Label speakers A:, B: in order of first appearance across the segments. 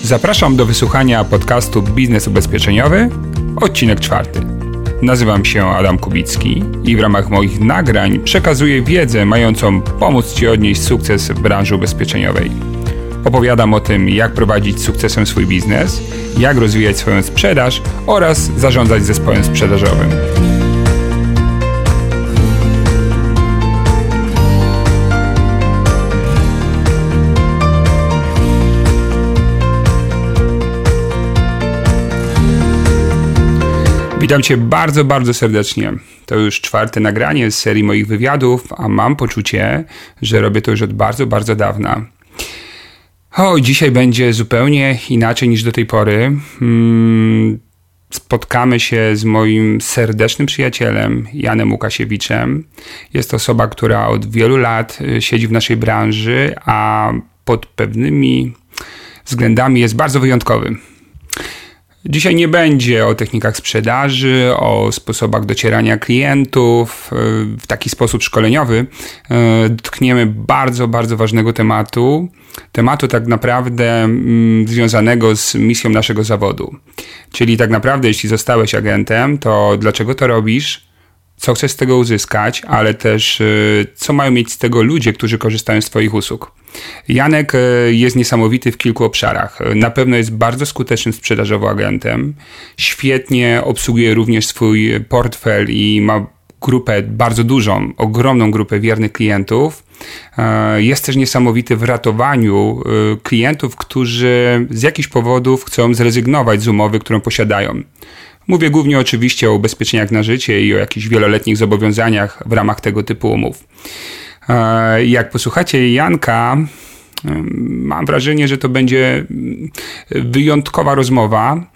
A: Zapraszam do wysłuchania podcastu Biznes Ubezpieczeniowy, odcinek 4. Nazywam się Adam Kubicki i w ramach moich nagrań przekazuję wiedzę mającą pomóc Ci odnieść sukces w branży ubezpieczeniowej. Opowiadam o tym, jak prowadzić z sukcesem swój biznes, jak rozwijać swoją sprzedaż oraz zarządzać zespołem sprzedażowym. Witam Cię bardzo serdecznie. To już 4. nagranie z serii moich wywiadów, a mam poczucie, że robię to już od bardzo dawna. Dzisiaj będzie zupełnie inaczej niż do tej pory. Spotkamy się z moim serdecznym przyjacielem Janem Łukasiewiczem. Jest to osoba, która od wielu lat siedzi w naszej branży, a pod pewnymi względami jest bardzo wyjątkowy. Dzisiaj nie będzie o technikach sprzedaży, o sposobach docierania klientów w taki sposób szkoleniowy. Dotkniemy bardzo ważnego tematu tak naprawdę związanego z misją naszego zawodu. Czyli tak naprawdę, jeśli zostałeś agentem, to dlaczego to robisz? Co chcesz z tego uzyskać, ale też co mają mieć z tego ludzie, którzy korzystają z Twoich usług. Janek jest niesamowity w kilku obszarach. Na pewno jest bardzo skutecznym sprzedażowo agentem. Świetnie obsługuje również swój portfel i ma grupę bardzo dużą, ogromną grupę wiernych klientów. Jest też niesamowity w ratowaniu klientów, którzy z jakichś powodów chcą zrezygnować z umowy, którą posiadają. Mówię głównie oczywiście o ubezpieczeniach na życie i o jakichś wieloletnich zobowiązaniach w ramach tego typu umów. Jak posłuchacie Janka, mam wrażenie, że to będzie wyjątkowa rozmowa.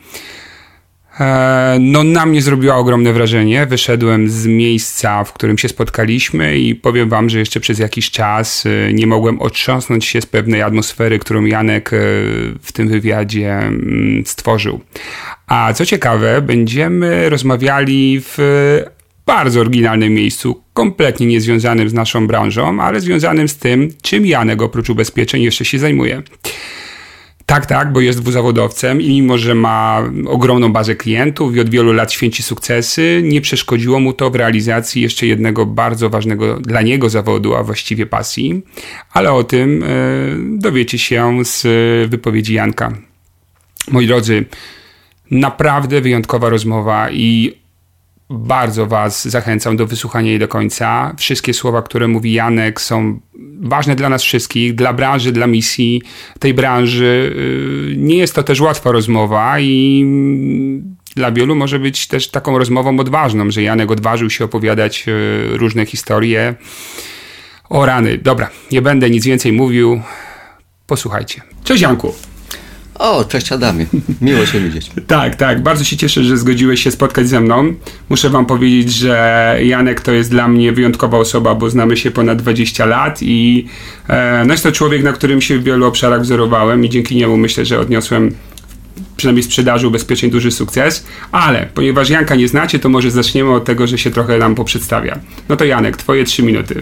A: Na mnie zrobiła ogromne wrażenie. Wyszedłem z miejsca, w którym się spotkaliśmy i powiem wam, że jeszcze przez jakiś czas nie mogłem otrząsnąć się z pewnej atmosfery, którą Janek w tym wywiadzie stworzył. A co ciekawe, będziemy rozmawiali w bardzo oryginalnym miejscu, kompletnie niezwiązanym z naszą branżą, ale związanym z tym, czym Janek oprócz ubezpieczeń jeszcze się zajmuje. Tak, bo jest dwuzawodowcem i mimo, że ma ogromną bazę klientów i od wielu lat święci sukcesy, nie przeszkodziło mu to w realizacji jeszcze jednego bardzo ważnego dla niego zawodu, a właściwie pasji. Ale o tym dowiecie się z wypowiedzi Janka. Moi drodzy, naprawdę wyjątkowa rozmowa i bardzo was zachęcam do wysłuchania jej do końca. Wszystkie słowa, które mówi Janek, są ważne dla nas wszystkich, dla branży, dla misji tej branży. Nie jest to też łatwa rozmowa i dla wielu może być też taką rozmową odważną, że Janek odważył się opowiadać różne historie. O rany, dobra, nie będę nic więcej mówił. Posłuchajcie. Cześć Janku.
B: Cześć Adamie, miło się widzieć.
A: Tak, bardzo się cieszę, że zgodziłeś się spotkać ze mną. Muszę wam powiedzieć, że Janek to jest dla mnie wyjątkowa osoba, bo znamy się ponad 20 lat i jest to człowiek, na którym się w wielu obszarach wzorowałem i dzięki niemu myślę, że odniosłem przynajmniej w sprzedaży ubezpieczeń duży sukces, ale ponieważ Janka nie znacie, to może zaczniemy od tego, że się trochę nam poprzedstawia. No to Janek, twoje 3 minuty.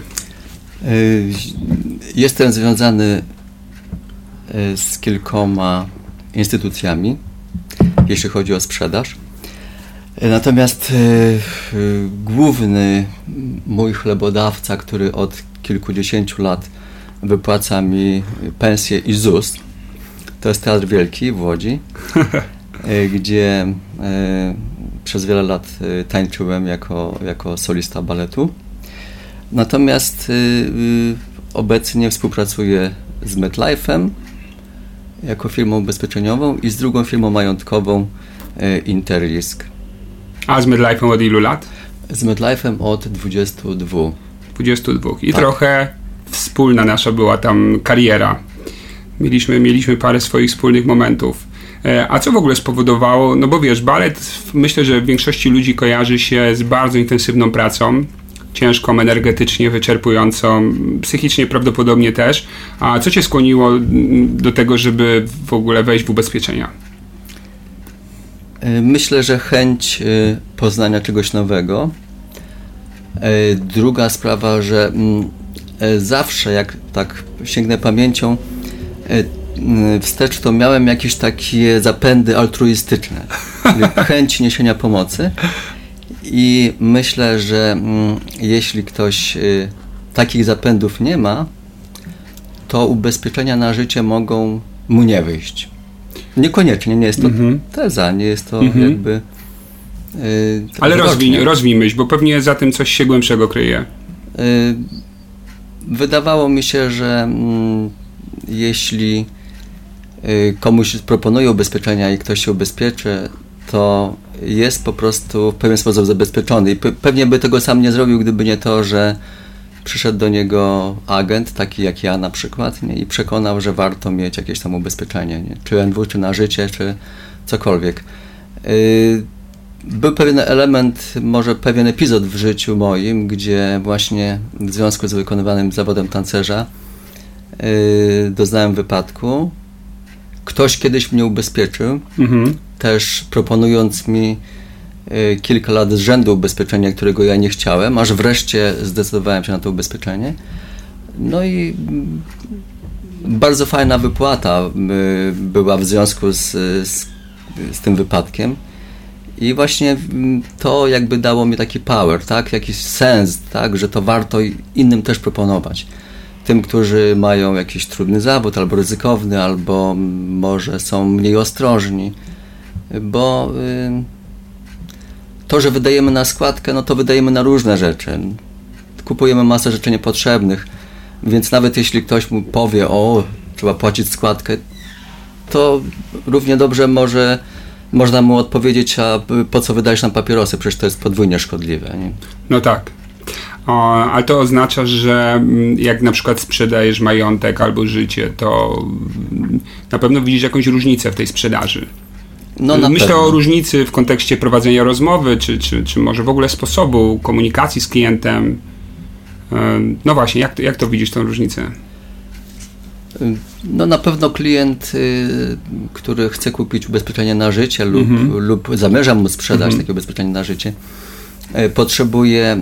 B: Jestem związany z kilkoma instytucjami, jeśli chodzi o sprzedaż. Natomiast główny mój chlebodawca, który od kilkudziesięciu lat wypłaca mi pensję i ZUS, to jest Teatr Wielki w Łodzi, gdzie przez wiele lat tańczyłem jako solista baletu. Natomiast obecnie współpracuję z MetLife'em jako firmą ubezpieczeniową i z drugą firmą majątkową Interrisk.
A: A z MetLife'em od ilu lat?
B: Z MetLife'em od 22.
A: 22. I tak. Trochę wspólna nasza była tam kariera. Mieliśmy parę swoich wspólnych momentów. A co w ogóle spowodowało? No bo wiesz, balet myślę, że w większości ludzi kojarzy się z bardzo intensywną pracą. Ciężką, energetycznie, wyczerpującą, psychicznie prawdopodobnie też. A co cię skłoniło do tego, żeby w ogóle wejść w ubezpieczenia?
B: Myślę, że chęć poznania czegoś nowego. Druga sprawa, że zawsze jak tak sięgnę pamięcią, wstecz, to miałem jakieś takie zapędy altruistyczne, chęć niesienia pomocy i myślę, że jeśli ktoś takich zapędów nie ma, to ubezpieczenia na życie mogą mu nie wyjść. Niekoniecznie, nie jest to teza, nie jest to jakby...
A: Ale rozwij myśl, bo pewnie za tym coś się głębszego kryje.
B: Wydawało mi się, że jeśli komuś proponuje ubezpieczenia i ktoś się ubezpieczy, to jest po prostu w pewien sposób zabezpieczony. I pewnie by tego sam nie zrobił, gdyby nie to, że przyszedł do niego agent, taki jak ja na przykład, nie? I przekonał, że warto mieć jakieś tam ubezpieczenie, nie? Czy NW, czy na życie, czy cokolwiek. Był pewien element, może pewien epizod w życiu moim, gdzie właśnie w związku z wykonywanym zawodem tancerza doznałem wypadku. Ktoś kiedyś mnie ubezpieczył, też proponując mi kilka lat z rzędu ubezpieczenia, którego ja nie chciałem, aż wreszcie zdecydowałem się na to ubezpieczenie. No i bardzo fajna wypłata była w związku z tym wypadkiem. I właśnie to jakby dało mi taki power, tak? Jakiś sens, tak? Że to warto innym też proponować. Tym, którzy mają jakiś trudny zawód, albo ryzykowny, albo może są mniej ostrożni. Bo to, że wydajemy na składkę, no to wydajemy na różne rzeczy. Kupujemy masę rzeczy niepotrzebnych, więc nawet jeśli ktoś mu powie, trzeba płacić składkę, to równie dobrze można mu odpowiedzieć, a po co wydajesz na papierosy? Przecież to jest podwójnie szkodliwe. Nie?
A: No tak. Ale to oznacza, że jak na przykład sprzedajesz majątek albo życie, to na pewno widzisz jakąś różnicę w tej sprzedaży.
B: No,
A: myślę o różnicy w kontekście prowadzenia rozmowy, czy może w ogóle sposobu komunikacji z klientem. No właśnie, jak to widzisz, tą różnicę?
B: No na pewno klient, który chce kupić ubezpieczenie na życie lub zamierza mu sprzedać takie ubezpieczenie na życie, potrzebuje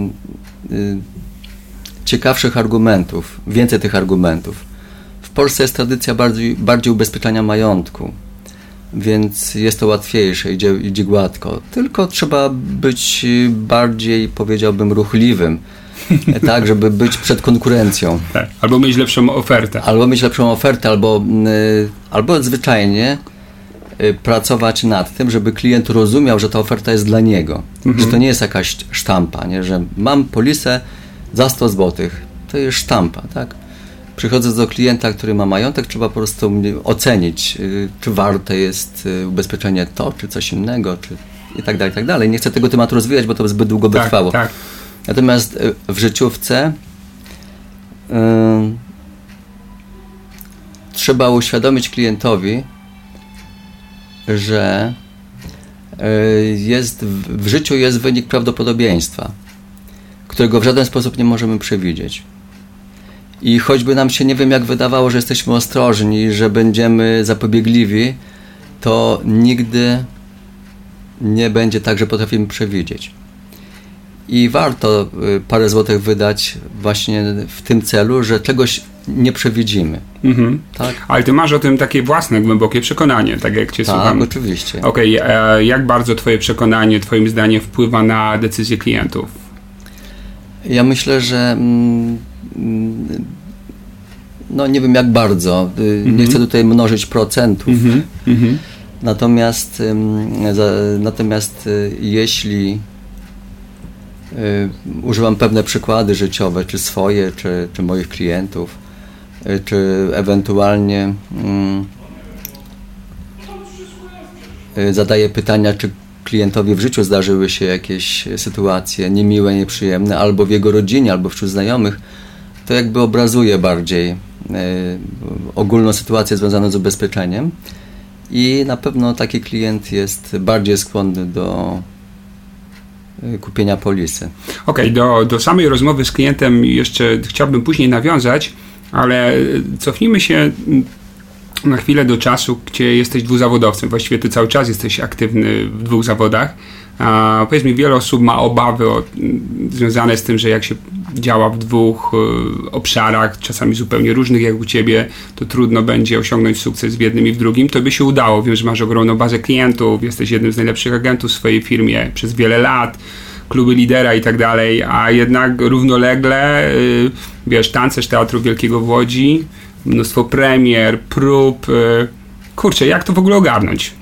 B: ciekawszych argumentów, więcej tych argumentów. W Polsce jest tradycja bardziej ubezpieczania majątku, więc jest to łatwiejsze, idzie gładko. Tylko trzeba być bardziej, powiedziałbym, ruchliwym, tak, żeby być przed konkurencją.
A: Tak. Albo mieć lepszą ofertę.
B: Albo zwyczajnie pracować nad tym, żeby klient rozumiał, że ta oferta jest dla niego. Że to nie jest jakaś sztampa, nie? Że mam polisę za 100 zł. To jest sztampa, tak? Przychodząc do klienta, który ma majątek, trzeba po prostu ocenić, czy warte jest ubezpieczenie to, czy coś innego, czy i tak dalej, i tak dalej. Nie chcę tego tematu rozwijać, bo to zbyt długo by trwało. Tak. Natomiast w życiówce trzeba uświadomić klientowi, że w życiu jest wynik prawdopodobieństwa, którego w żaden sposób nie możemy przewidzieć. I choćby nam się nie wiem jak wydawało, że jesteśmy ostrożni, że będziemy zapobiegliwi, to nigdy nie będzie tak, że potrafimy przewidzieć. I warto parę złotych wydać właśnie w tym celu, że czegoś nie przewidzimy. Tak?
A: Ale ty masz o tym takie własne, głębokie przekonanie, tak jak cię słucham.
B: Tak, oczywiście.
A: Okej, jak bardzo twoje przekonanie, twoim zdaniem wpływa na decyzje klientów?
B: Ja myślę, że no nie wiem jak bardzo. Nie chcę tutaj mnożyć procentów. Natomiast jeśli używam pewne przykłady życiowe, czy swoje, czy moich klientów, czy ewentualnie zadaję pytania, czy klientowi w życiu zdarzyły się jakieś sytuacje niemiłe, nieprzyjemne, albo w jego rodzinie, albo wśród znajomych, to jakby obrazuje bardziej ogólną sytuację związaną z ubezpieczeniem i na pewno taki klient jest bardziej skłonny do kupienia polisy.
A: Okej, do samej rozmowy z klientem jeszcze chciałbym później nawiązać, ale cofnijmy się na chwilę do czasu, gdzie jesteś dwuzawodowcem. Właściwie ty cały czas jesteś aktywny w 2 zawodach. Powiedz mi, wiele osób ma obawy związane z tym, że jak się działa w dwóch obszarach, czasami zupełnie różnych jak u ciebie, to trudno będzie osiągnąć sukces w jednym i w drugim. To by się udało. Wiem, że masz ogromną bazę klientów, jesteś jednym z najlepszych agentów w swojej firmie przez wiele lat, kluby lidera i tak dalej, a jednak równolegle, tancerz Teatru Wielkiego w Łodzi, mnóstwo premier, prób. Kurczę, jak to w ogóle ogarnąć?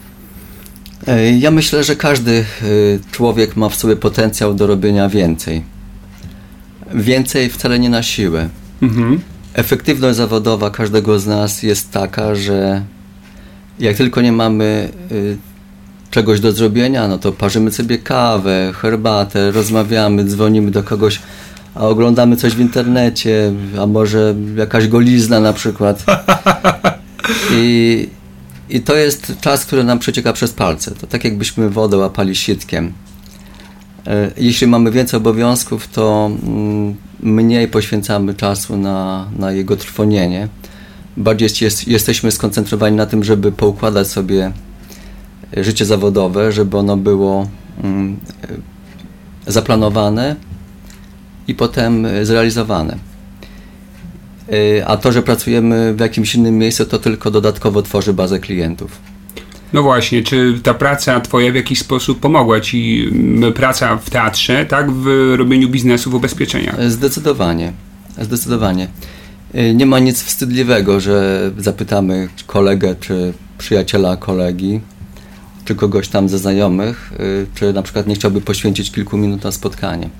B: Ja myślę, że każdy człowiek ma w sobie potencjał do robienia więcej. Więcej wcale nie na siłę. Efektywność zawodowa każdego z nas jest taka, że jak tylko nie mamy czegoś do zrobienia, no to parzymy sobie kawę, herbatę, rozmawiamy, dzwonimy do kogoś, a oglądamy coś w internecie, a może jakaś golizna na przykład. I to jest czas, który nam przecieka przez palce. To tak jakbyśmy wodę łapali sitkiem. Jeśli mamy więcej obowiązków, to mniej poświęcamy czasu na jego trwonienie. Bardziej jesteśmy skoncentrowani na tym, żeby poukładać sobie życie zawodowe, żeby ono było zaplanowane i potem zrealizowane. A to, że pracujemy w jakimś innym miejscu, to tylko dodatkowo tworzy bazę klientów.
A: No właśnie, czy ta praca twoja w jakiś sposób pomogła ci, praca w teatrze, tak, w robieniu biznesu w ubezpieczeniach?
B: Zdecydowanie. Nie ma nic wstydliwego, że zapytamy kolegę, czy przyjaciela kolegi, czy kogoś tam ze znajomych, czy na przykład nie chciałby poświęcić kilku minut na spotkanie.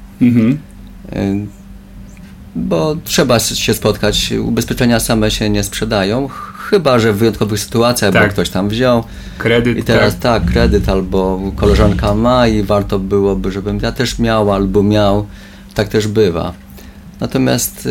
B: Bo trzeba się spotkać. Ubezpieczenia same się nie sprzedają, chyba że w wyjątkowych sytuacjach, bo ktoś tam wziął
A: kredyt,
B: i teraz kredyt albo koleżanka ma i warto byłoby, żebym ja też miał albo miał. Tak też bywa. Natomiast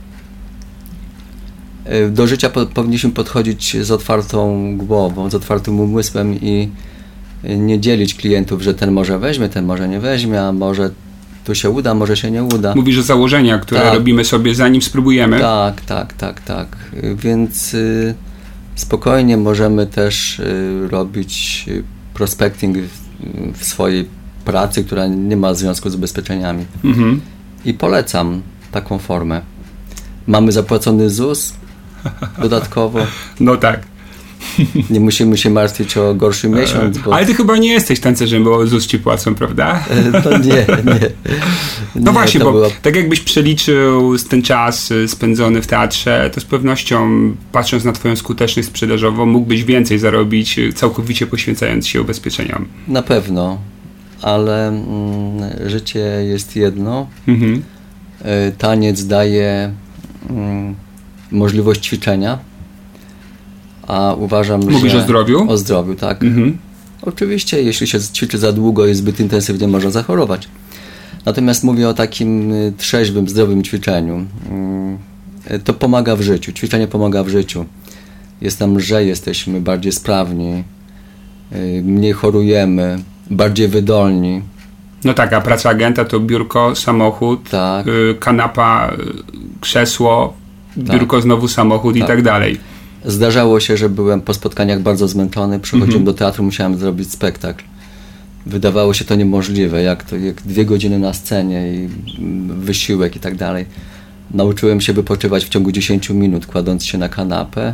B: do życia powinniśmy podchodzić z otwartą głową, z otwartym umysłem i nie dzielić klientów, że ten może weźmie, ten może nie weźmie, a może tu się uda, może się nie uda.
A: Mówisz o założeniach, które robimy sobie, zanim spróbujemy.
B: Tak. Więc spokojnie możemy też robić prospecting w swojej pracy, która nie ma związku z ubezpieczeniami. I polecam taką formę. Mamy zapłacony ZUS dodatkowo.
A: No tak.
B: Nie musimy się martwić o gorszy miesiąc. Bo...
A: Ale ty chyba nie jesteś tancerzem, bo ZUS ci płacą, prawda?
B: To nie.
A: No właśnie, bo tak jakbyś przeliczył ten czas spędzony w teatrze, to z pewnością, patrząc na twoją skuteczność sprzedażową, mógłbyś więcej zarobić, całkowicie poświęcając się ubezpieczeniom.
B: Na pewno, ale życie jest jedno. Taniec daje możliwość ćwiczenia. A uważam,
A: Mówisz o zdrowiu?
B: O zdrowiu, tak. Oczywiście, jeśli się ćwiczy za długo i zbyt intensywnie, można zachorować. Natomiast mówię o takim trzeźwym, zdrowym ćwiczeniu. To pomaga w życiu. Ćwiczenie pomaga w życiu. Jest nam lżej, jesteśmy bardziej sprawni, mniej chorujemy, bardziej wydolni.
A: No tak, a praca agenta to biurko, samochód, kanapa, krzesło, biurko, znowu samochód i tak dalej.
B: Zdarzało się, że byłem po spotkaniach bardzo zmęczony, przychodziłem do teatru, musiałem zrobić spektakl. Wydawało się to niemożliwe, jak 2 godziny na scenie i wysiłek i tak dalej. Nauczyłem się wypoczywać w ciągu 10 minut, kładąc się na kanapę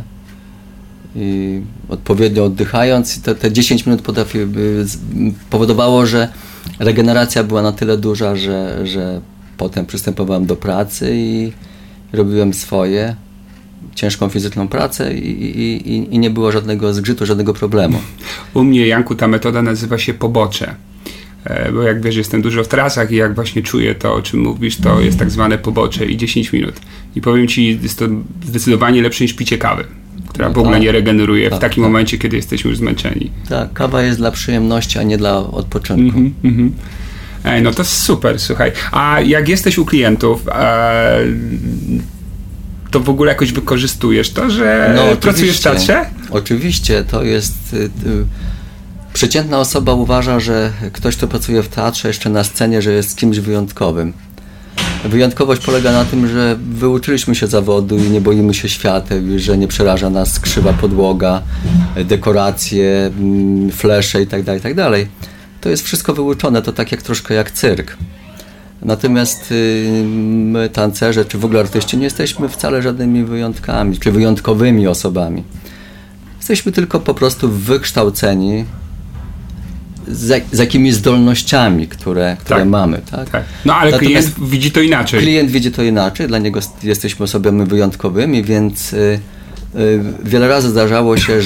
B: i odpowiednio oddychając. I te 10 minut powodowało, że regeneracja była na tyle duża, że potem przystępowałem do pracy i robiłem swoje. Ciężką fizyczną pracę i nie było żadnego zgrzytu, żadnego problemu.
A: U mnie, Janku, ta metoda nazywa się pobocze. Bo jak wiesz, jestem dużo w trasach i jak właśnie czuję to, o czym mówisz, to jest tak zwane pobocze i 10 minut. I powiem ci, jest to zdecydowanie lepsze niż picie kawy, która w ogóle nie regeneruje w takim momencie, kiedy jesteśmy już zmęczeni. Tak,
B: kawa jest dla przyjemności, a nie dla odpoczynku.
A: No to super, słuchaj. A jak jesteś u klientów, to w ogóle jakoś wykorzystujesz to, że pracujesz w teatrze?
B: Oczywiście, to jest... Przeciętna osoba uważa, że ktoś, kto pracuje w teatrze, jeszcze na scenie, że jest kimś wyjątkowym. Wyjątkowość polega na tym, że wyuczyliśmy się zawodu i nie boimy się świateł, i że nie przeraża nas krzywa podłoga, dekoracje, flesze itd. to jest wszystko wyuczone, to tak jak troszkę jak cyrk. Natomiast my, tancerze, czy w ogóle artyści, nie jesteśmy wcale żadnymi wyjątkami, czy wyjątkowymi osobami. Jesteśmy tylko po prostu wykształceni z jakimiś zdolnościami, które mamy. Tak?
A: Tak. No ale natomiast klient widzi to inaczej.
B: Klient widzi to inaczej, dla niego jesteśmy osobami wyjątkowymi, więc wiele razy zdarzało się,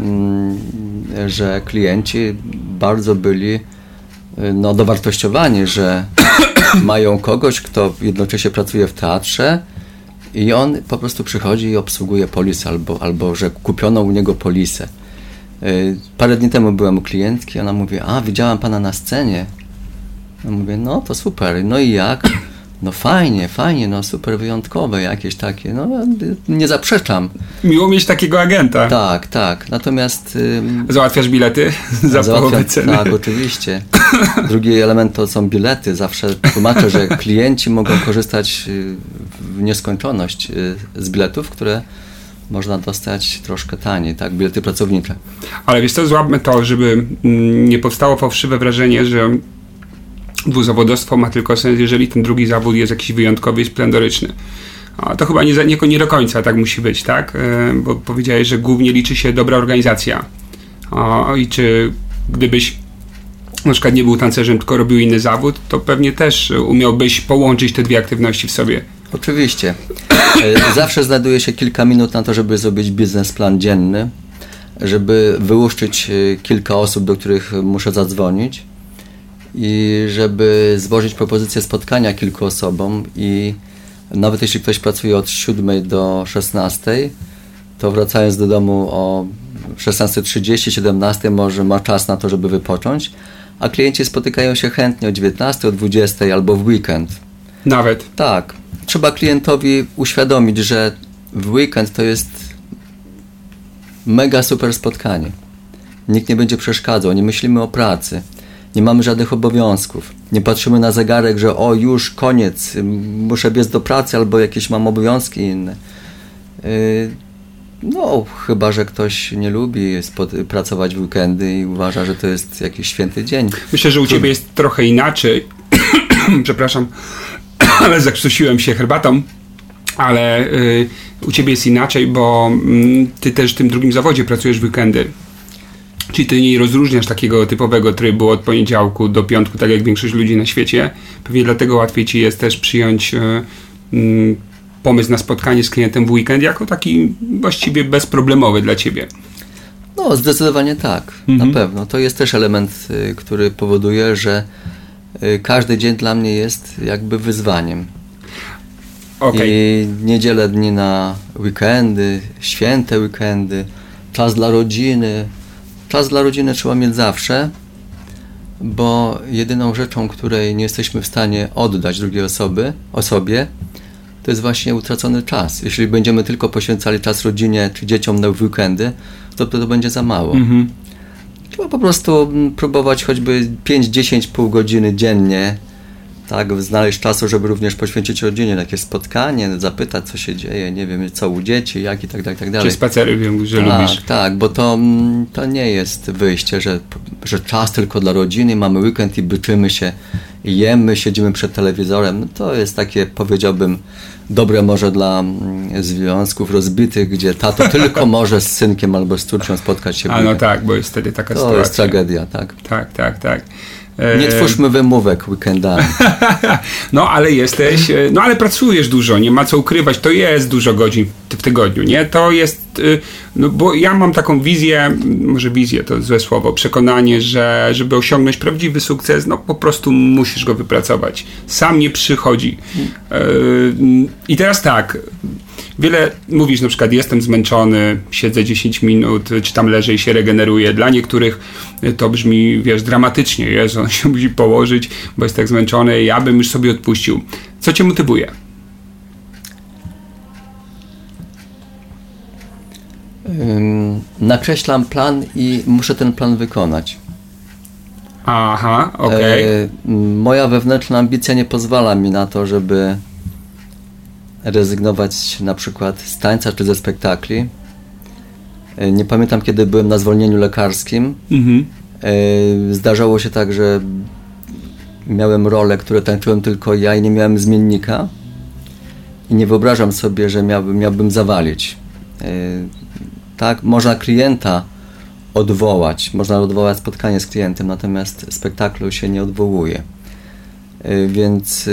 B: że klienci bardzo byli dowartościowani, że mają kogoś, kto jednocześnie pracuje w teatrze i on po prostu przychodzi i obsługuje polisę albo że kupiono u niego polisę. Parę dni temu byłem u klientki, ona mówi, widziałam pana na scenie. Ja mówię, no to super, no i jak? No fajnie, no super, wyjątkowe jakieś takie, no nie zaprzeczam.
A: Miło mieć takiego agenta.
B: Tak, natomiast...
A: Załatwiasz bilety za połowę ceny?
B: Tak, oczywiście. Drugi element to są bilety. Zawsze tłumaczę, że klienci mogą korzystać w nieskończoność z biletów, które można dostać troszkę taniej, tak, bilety pracownicze. Ale
A: wiesz co, złapmy to, żeby nie powstało fałszywe wrażenie, że dwuzawodowstwo ma tylko sens, jeżeli ten drugi zawód jest jakiś wyjątkowy i splendoryczny. To chyba nie do końca tak musi być, tak? Bo powiedziałeś, że głównie liczy się dobra organizacja. I czy gdybyś na przykład nie był tancerzem, tylko robił inny zawód, to pewnie też umiałbyś połączyć te dwie aktywności w sobie.
B: Oczywiście. Zawsze znajduje się kilka minut na to, żeby zrobić biznesplan dzienny, żeby wyłuszczyć kilka osób, do których muszę zadzwonić i żeby złożyć propozycję spotkania kilku osobom i nawet jeśli ktoś pracuje od 7 do 16, to wracając do domu o 16:30, 17 może ma czas na to, żeby wypocząć, a klienci spotykają się chętnie o 19, o 20 albo w weekend.
A: Nawet?
B: Tak. Trzeba klientowi uświadomić, że w weekend to jest mega super spotkanie. Nikt nie będzie przeszkadzał, nie myślimy o pracy, nie mamy żadnych obowiązków, nie patrzymy na zegarek, że już koniec, muszę biec do pracy albo jakieś mam obowiązki inne. Chyba że ktoś nie lubi pracować w weekendy i uważa, że to jest jakiś święty dzień.
A: Myślę, że u Ciebie jest trochę inaczej. Przepraszam, ale zakrztusiłem się herbatą. Ale u Ciebie jest inaczej, bo Ty też w tym drugim zawodzie pracujesz w weekendy. Czyli Ty nie rozróżniasz takiego typowego trybu od poniedziałku do piątku, tak jak większość ludzi na świecie. Pewnie dlatego łatwiej Ci jest też przyjąć pomysł na spotkanie z klientem w weekend jako taki właściwie bezproblemowy dla Ciebie.
B: No, zdecydowanie tak, na pewno. To jest też element, który powoduje, że każdy dzień dla mnie jest jakby wyzwaniem.
A: Okay.
B: I niedzielę, dni na weekendy, święte weekendy, czas dla rodziny. Czas dla rodziny trzeba mieć zawsze, bo jedyną rzeczą, której nie jesteśmy w stanie oddać drugiej osobie, to jest właśnie utracony czas. Jeśli będziemy tylko poświęcali czas rodzinie czy dzieciom na weekendy, to będzie za mało. Trzeba po prostu próbować choćby 5-10 pół godziny dziennie, tak, znaleźć czasu, żeby również poświęcić rodzinie na jakieś spotkanie, zapytać, co się dzieje, nie wiem, co u dzieci, jak i tak dalej.
A: Czy spacery, wiem, że lubisz.
B: Tak, bo to nie jest wyjście, że czas tylko dla rodziny, mamy weekend i byczymy się, jemy, siedzimy przed telewizorem. No to jest takie, powiedziałbym, dobre może dla związków rozbitych, gdzie tato tylko może z synkiem albo z córką spotkać się.
A: No tak, bo jest wtedy taka sytuacja.
B: To jest tragedia, tak.
A: Tak.
B: Nie twórzmy wymówek weekendami.
A: Ale pracujesz dużo, nie ma co ukrywać, to jest dużo godzin w tygodniu, nie? To jest, bo ja mam taką wizję, może wizję to złe słowo, przekonanie, że żeby osiągnąć prawdziwy sukces, po prostu musisz go wypracować. Sam nie przychodzi. I teraz tak, wiele mówisz, na przykład jestem zmęczony, siedzę 10 minut, czy tam leżę i się regeneruję. Dla niektórych to brzmi, dramatycznie. Jezu, on się musi położyć, bo jest tak zmęczony. Ja bym już sobie odpuścił. Co Cię motywuje?
B: Nakreślam plan i muszę ten plan wykonać.
A: Aha, okej.
B: Moja wewnętrzna ambicja nie pozwala mi na to, żeby rezygnować na przykład z tańca czy ze spektakli. Nie pamiętam, kiedy byłem na zwolnieniu lekarskim Zdarzało się tak, że miałem role, które tańczyłem tylko ja i nie miałem zmiennika i nie wyobrażam sobie, że miałbym zawalić. Tak, można klienta odwołać, można odwołać spotkanie z klientem, natomiast spektaklu się nie odwołuje. Więc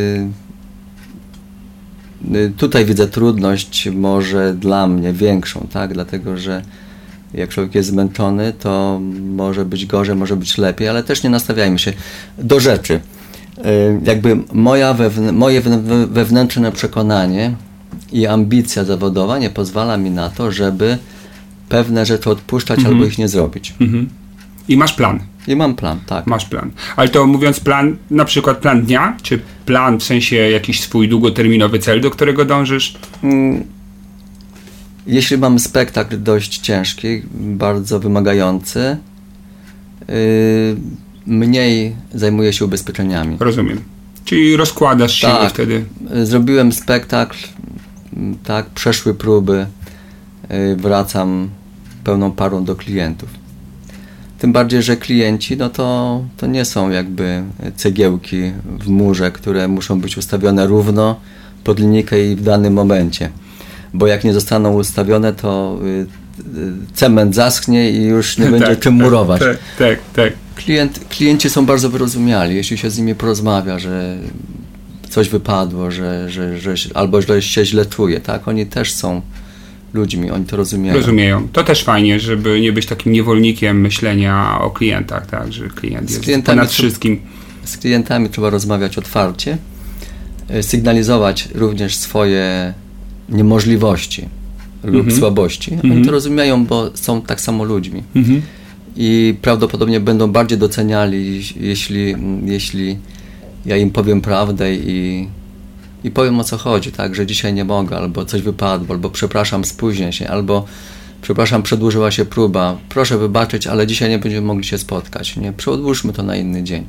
B: tutaj widzę trudność może dla mnie większą, tak, dlatego że jak człowiek jest zmęczony, to może być gorzej, może być lepiej, ale też nie nastawiajmy się do rzeczy. Jakby moje wewnętrzne przekonanie i ambicja zawodowa nie pozwala mi na to, żeby pewne rzeczy odpuszczać albo ich nie zrobić.
A: I masz plan.
B: I mam plan, tak.
A: Masz plan. Ale to mówiąc plan, na przykład plan dnia, czy plan w sensie jakiś swój długoterminowy cel, do którego dążysz?
B: Jeśli mam spektakl dość ciężki, bardzo wymagający, mniej zajmuję się ubezpieczeniami.
A: Rozumiem. Czyli rozkładasz siły wtedy.
B: Zrobiłem spektakl, tak, przeszły próby, wracam pełną parą do klientów. Tym bardziej, że klienci, no to nie są jakby cegiełki w murze, które muszą być ustawione równo pod linijkę i w danym momencie. Bo jak nie zostaną ustawione, to cement zaschnie i już nie będzie czym murować.
A: Tak.
B: Klienci są bardzo wyrozumiali, jeśli się z nimi porozmawia, że coś wypadło, że albo że się źle czuje, tak? Oni też są ludźmi, oni to rozumieją. To też fajnie, żeby nie być takim niewolnikiem myślenia o klientach, tak? Że klient jest ponad wszystkim. Z klientami trzeba rozmawiać otwarcie, sygnalizować również swoje niemożliwości lub słabości. Oni to rozumieją, bo są tak samo ludźmi. I prawdopodobnie będą bardziej doceniali, jeśli ja im powiem prawdę i powiem, o co chodzi, tak, że dzisiaj nie mogę, albo coś wypadło, albo przepraszam, spóźnię się, albo przepraszam, przedłużyła się próba, proszę wybaczyć, ale dzisiaj nie będziemy mogli się spotkać, nie, przeodłóżmy to na inny dzień.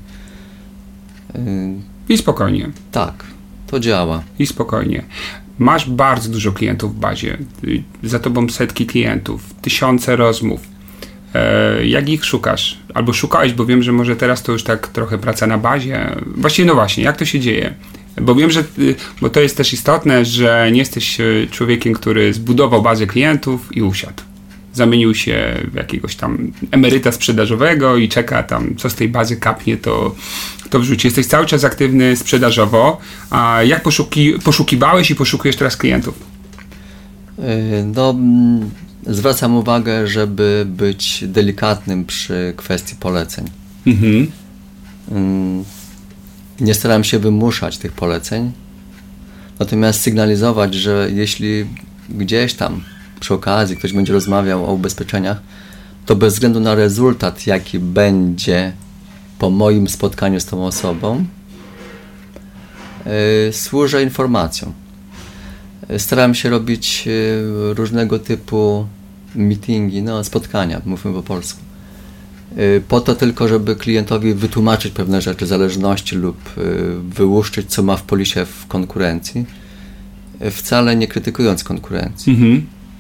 B: I spokojnie. Tak, to działa. I spokojnie. Masz bardzo dużo klientów w bazie, za tobą setki klientów, tysiące rozmów. Jak ich szukasz? Albo szukałeś, bo wiem, że może teraz to już tak trochę praca na bazie. Właściwie, no właśnie, jak to się dzieje? Bo wiem, bo to jest też istotne, że nie jesteś człowiekiem, który zbudował bazę klientów i usiadł. Zamienił się w jakiegoś tam emeryta sprzedażowego i czeka tam, co z tej bazy kapnie, to wrzuci. Jesteś cały czas aktywny sprzedażowo. A jak poszukiwałeś i poszukujesz teraz klientów? Zwracam uwagę, żeby być delikatnym przy kwestii poleceń. Nie staram się wymuszać tych poleceń, natomiast sygnalizować, że jeśli gdzieś tam przy okazji ktoś będzie rozmawiał o ubezpieczeniach, to bez względu na rezultat, jaki będzie po moim spotkaniu z tą osobą, służę informacją. Staram się robić różnego typu meetingi, spotkania, mówmy po polsku. Po to tylko, żeby klientowi wytłumaczyć pewne rzeczy, zależności lub wyłuszczyć, co ma w polisie w konkurencji, wcale nie krytykując konkurencji.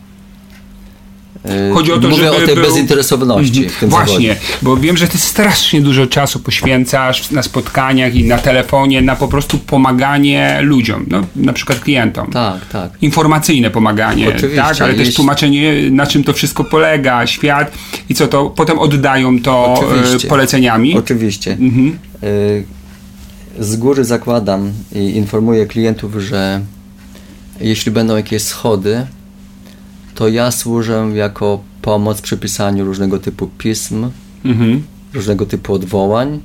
B: Chodzi o to, mówię o tej bezinteresowności w tym zawodzie. Właśnie, bo wiem, że ty strasznie dużo czasu poświęcasz na spotkaniach i na telefonie, na po prostu pomaganie ludziom, na przykład klientom. Tak. Informacyjne pomaganie, tak, ale też tłumaczenie, na czym to wszystko polega, świat i co to, potem oddają to poleceniami. Oczywiście. Z góry zakładam i informuję klientów, że jeśli będą jakieś schody, to ja służę jako pomoc przy pisaniu różnego typu pism, różnego typu odwołań,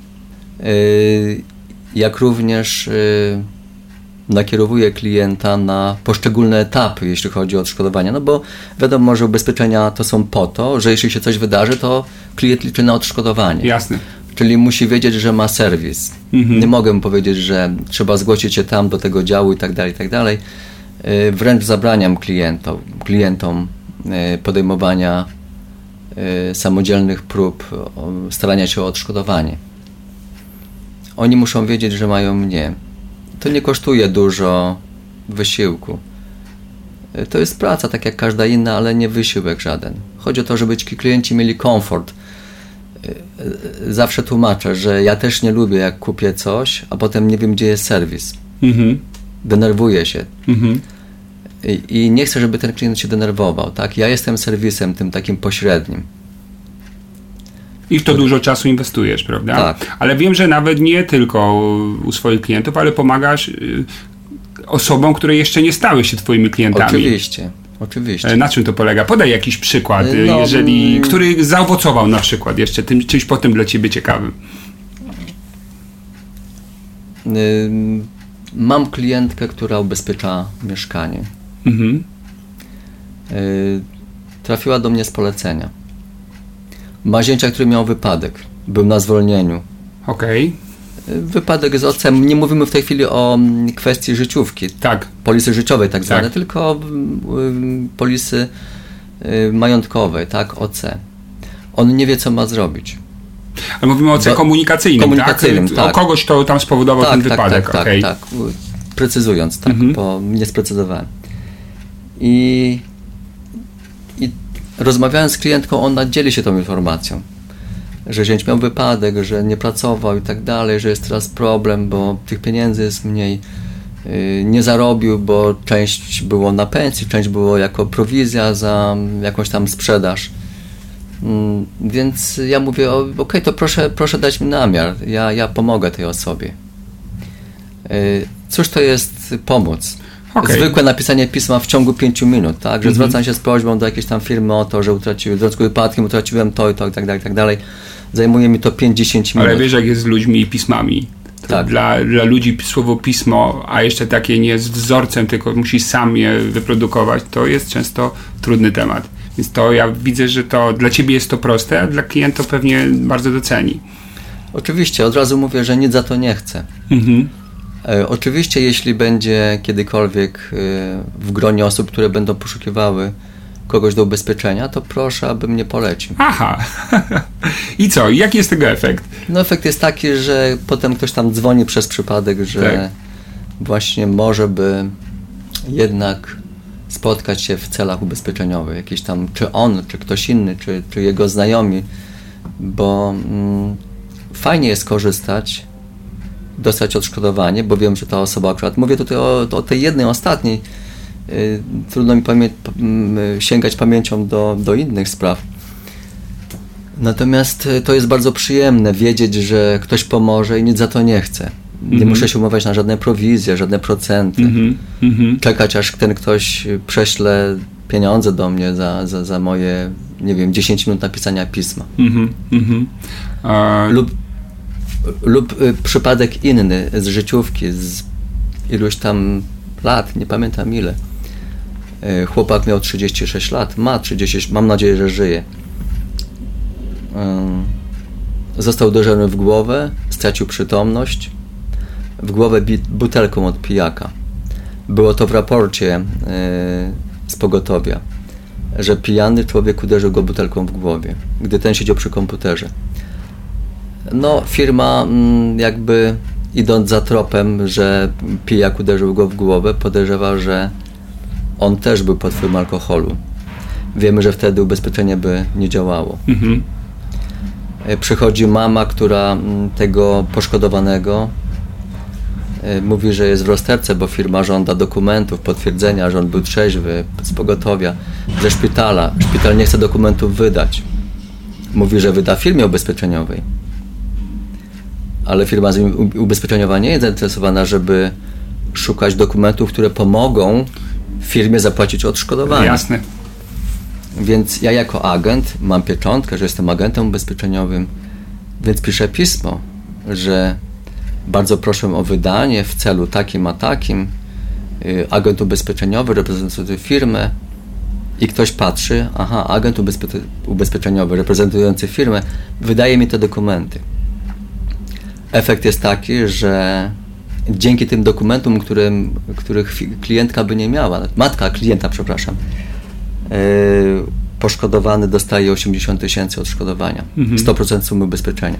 B: jak również nakierowuję klienta na poszczególne etapy, jeśli chodzi o odszkodowania. Bo wiadomo, że ubezpieczenia to są po to, że jeśli się coś wydarzy, to klient liczy na odszkodowanie. Jasne. Czyli musi wiedzieć, że ma serwis. Nie mogę mu powiedzieć, że trzeba zgłosić się tam do tego działu i tak dalej. Wręcz zabraniam klientom podejmowania samodzielnych prób starania się o odszkodowanie. Oni muszą wiedzieć, że mają mnie. To nie kosztuje dużo wysiłku. To jest praca, tak jak każda inna, ale nie wysiłek żaden. Chodzi o to, żeby ci klienci mieli komfort zawsze tłumaczę, że ja też nie lubię, jak kupię coś, a potem nie wiem, gdzie jest serwis. Denerwuję się. I nie chcę, żeby ten klient się denerwował. Tak? Ja jestem serwisem tym takim pośrednim.
A: I w to dużo czasu inwestujesz, prawda?
B: Tak.
A: Ale wiem, że nawet nie tylko u swoich klientów, ale pomagasz osobom, które jeszcze nie stały się twoimi klientami.
B: Oczywiście.
A: Na czym to polega? Podaj jakiś przykład,
B: No,
A: który zaowocował na przykład jeszcze czymś potem dla ciebie ciekawym.
B: Mam klientkę, która ubezpiecza mieszkanie. Trafiła do mnie z polecenia. Ma zięcia, który miał wypadek. Był na zwolnieniu.
A: Okej.
B: Wypadek z OC. Nie mówimy w tej chwili o kwestii życiówki.
A: Tak.
B: Polisy życiowej tak zwane,
A: Tak.
B: tylko polisy majątkowej, tak, OC. On nie wie, co ma zrobić.
A: Ale mówimy o komunikacyjnym, tak?
B: tak?
A: O kogoś, kto tam spowodował ten wypadek.
B: Tak. Precyzując, tak, bo nie sprecyzowałem. I rozmawiając z klientką, ona dzieli się tą informacją, że zięć miał wypadek, że nie pracował i tak dalej, że jest teraz problem, bo tych pieniędzy jest mniej, nie zarobił, bo część było na pensji, część było jako prowizja za jakąś tam sprzedaż. Więc ja mówię, okej, to proszę dać mi namiar, ja pomogę tej osobie. Cóż to jest pomoc?
A: Okay.
B: Zwykłe napisanie pisma w ciągu 5 minut, tak? Że zwracam się z prośbą do jakiejś tam firmy o to, że w związku z wypadkiem utraciłem to i to i tak dalej. Zajmuje mi to 5-10 minut.
A: Ale wiesz, jak jest z ludźmi i pismami.
B: Tak.
A: Dla ludzi słowo pismo, a jeszcze takie nie jest wzorcem, tylko musi sam je wyprodukować, to jest często trudny temat. Więc to ja widzę, że to dla ciebie jest to proste, a dla klienta pewnie bardzo doceni.
B: Oczywiście, od razu mówię, że nic za to nie chcę. Oczywiście, jeśli będzie kiedykolwiek w gronie osób, które będą poszukiwały kogoś do ubezpieczenia, to proszę, aby mnie polecił.
A: Aha. I co? Jaki jest tego efekt?
B: No efekt jest taki, że potem ktoś tam dzwoni przez przypadek, że właśnie może by jednak spotkać się w celach ubezpieczeniowych. Jakiś tam, czy on, czy ktoś inny, czy jego znajomi, bo fajnie jest korzystać, dostać odszkodowanie, bo wiem, że ta osoba akurat, mówię tutaj o tej jednej, ostatniej, trudno mi sięgać pamięcią do innych spraw. Natomiast to jest bardzo przyjemne wiedzieć, że ktoś pomoże i nic za to nie chce. Nie muszę się umawiać na żadne prowizje, żadne procenty. Czekać, aż ten ktoś prześle pieniądze do mnie za moje, nie wiem, 10 minut napisania pisma. Lub przypadek inny z życiówki, z iluś tam lat, nie pamiętam ile. Chłopak miał 36 lat, ma 30, mam nadzieję, że żyje. Został uderzony w głowę, stracił przytomność, w głowę butelką od pijaka. Było to w raporcie z pogotowia, że pijany człowiek uderzył go butelką w głowie, gdy ten siedział przy komputerze. No, firma jakby idąc za tropem, że pijak uderzył go w głowę, podejrzewa, że on też był pod wpływem alkoholu. Wiemy, że wtedy ubezpieczenie by nie działało. Przychodzi mama, która tego poszkodowanego mówi, że jest w rozterce, bo firma żąda dokumentów, potwierdzenia, że on był trzeźwy, z pogotowia, ze szpitala. Szpital nie chce dokumentów wydać. Mówi, że wyda firmie ubezpieczeniowej. Ale firma ubezpieczeniowa nie jest zainteresowana, żeby szukać dokumentów, które pomogą firmie zapłacić odszkodowanie.
A: Jasne.
B: Więc ja jako agent mam pieczątkę, że jestem agentem ubezpieczeniowym, więc piszę pismo, że bardzo proszę o wydanie w celu takim a takim, agent ubezpieczeniowy reprezentujący firmę i ktoś patrzy, aha, agent ubezpieczeniowy reprezentujący firmę wydaje mi te dokumenty. Efekt jest taki, że dzięki tym dokumentom, których klientka by nie miała, matka klienta, przepraszam, poszkodowany dostaje 80 000 odszkodowania, 100% sumy ubezpieczenia.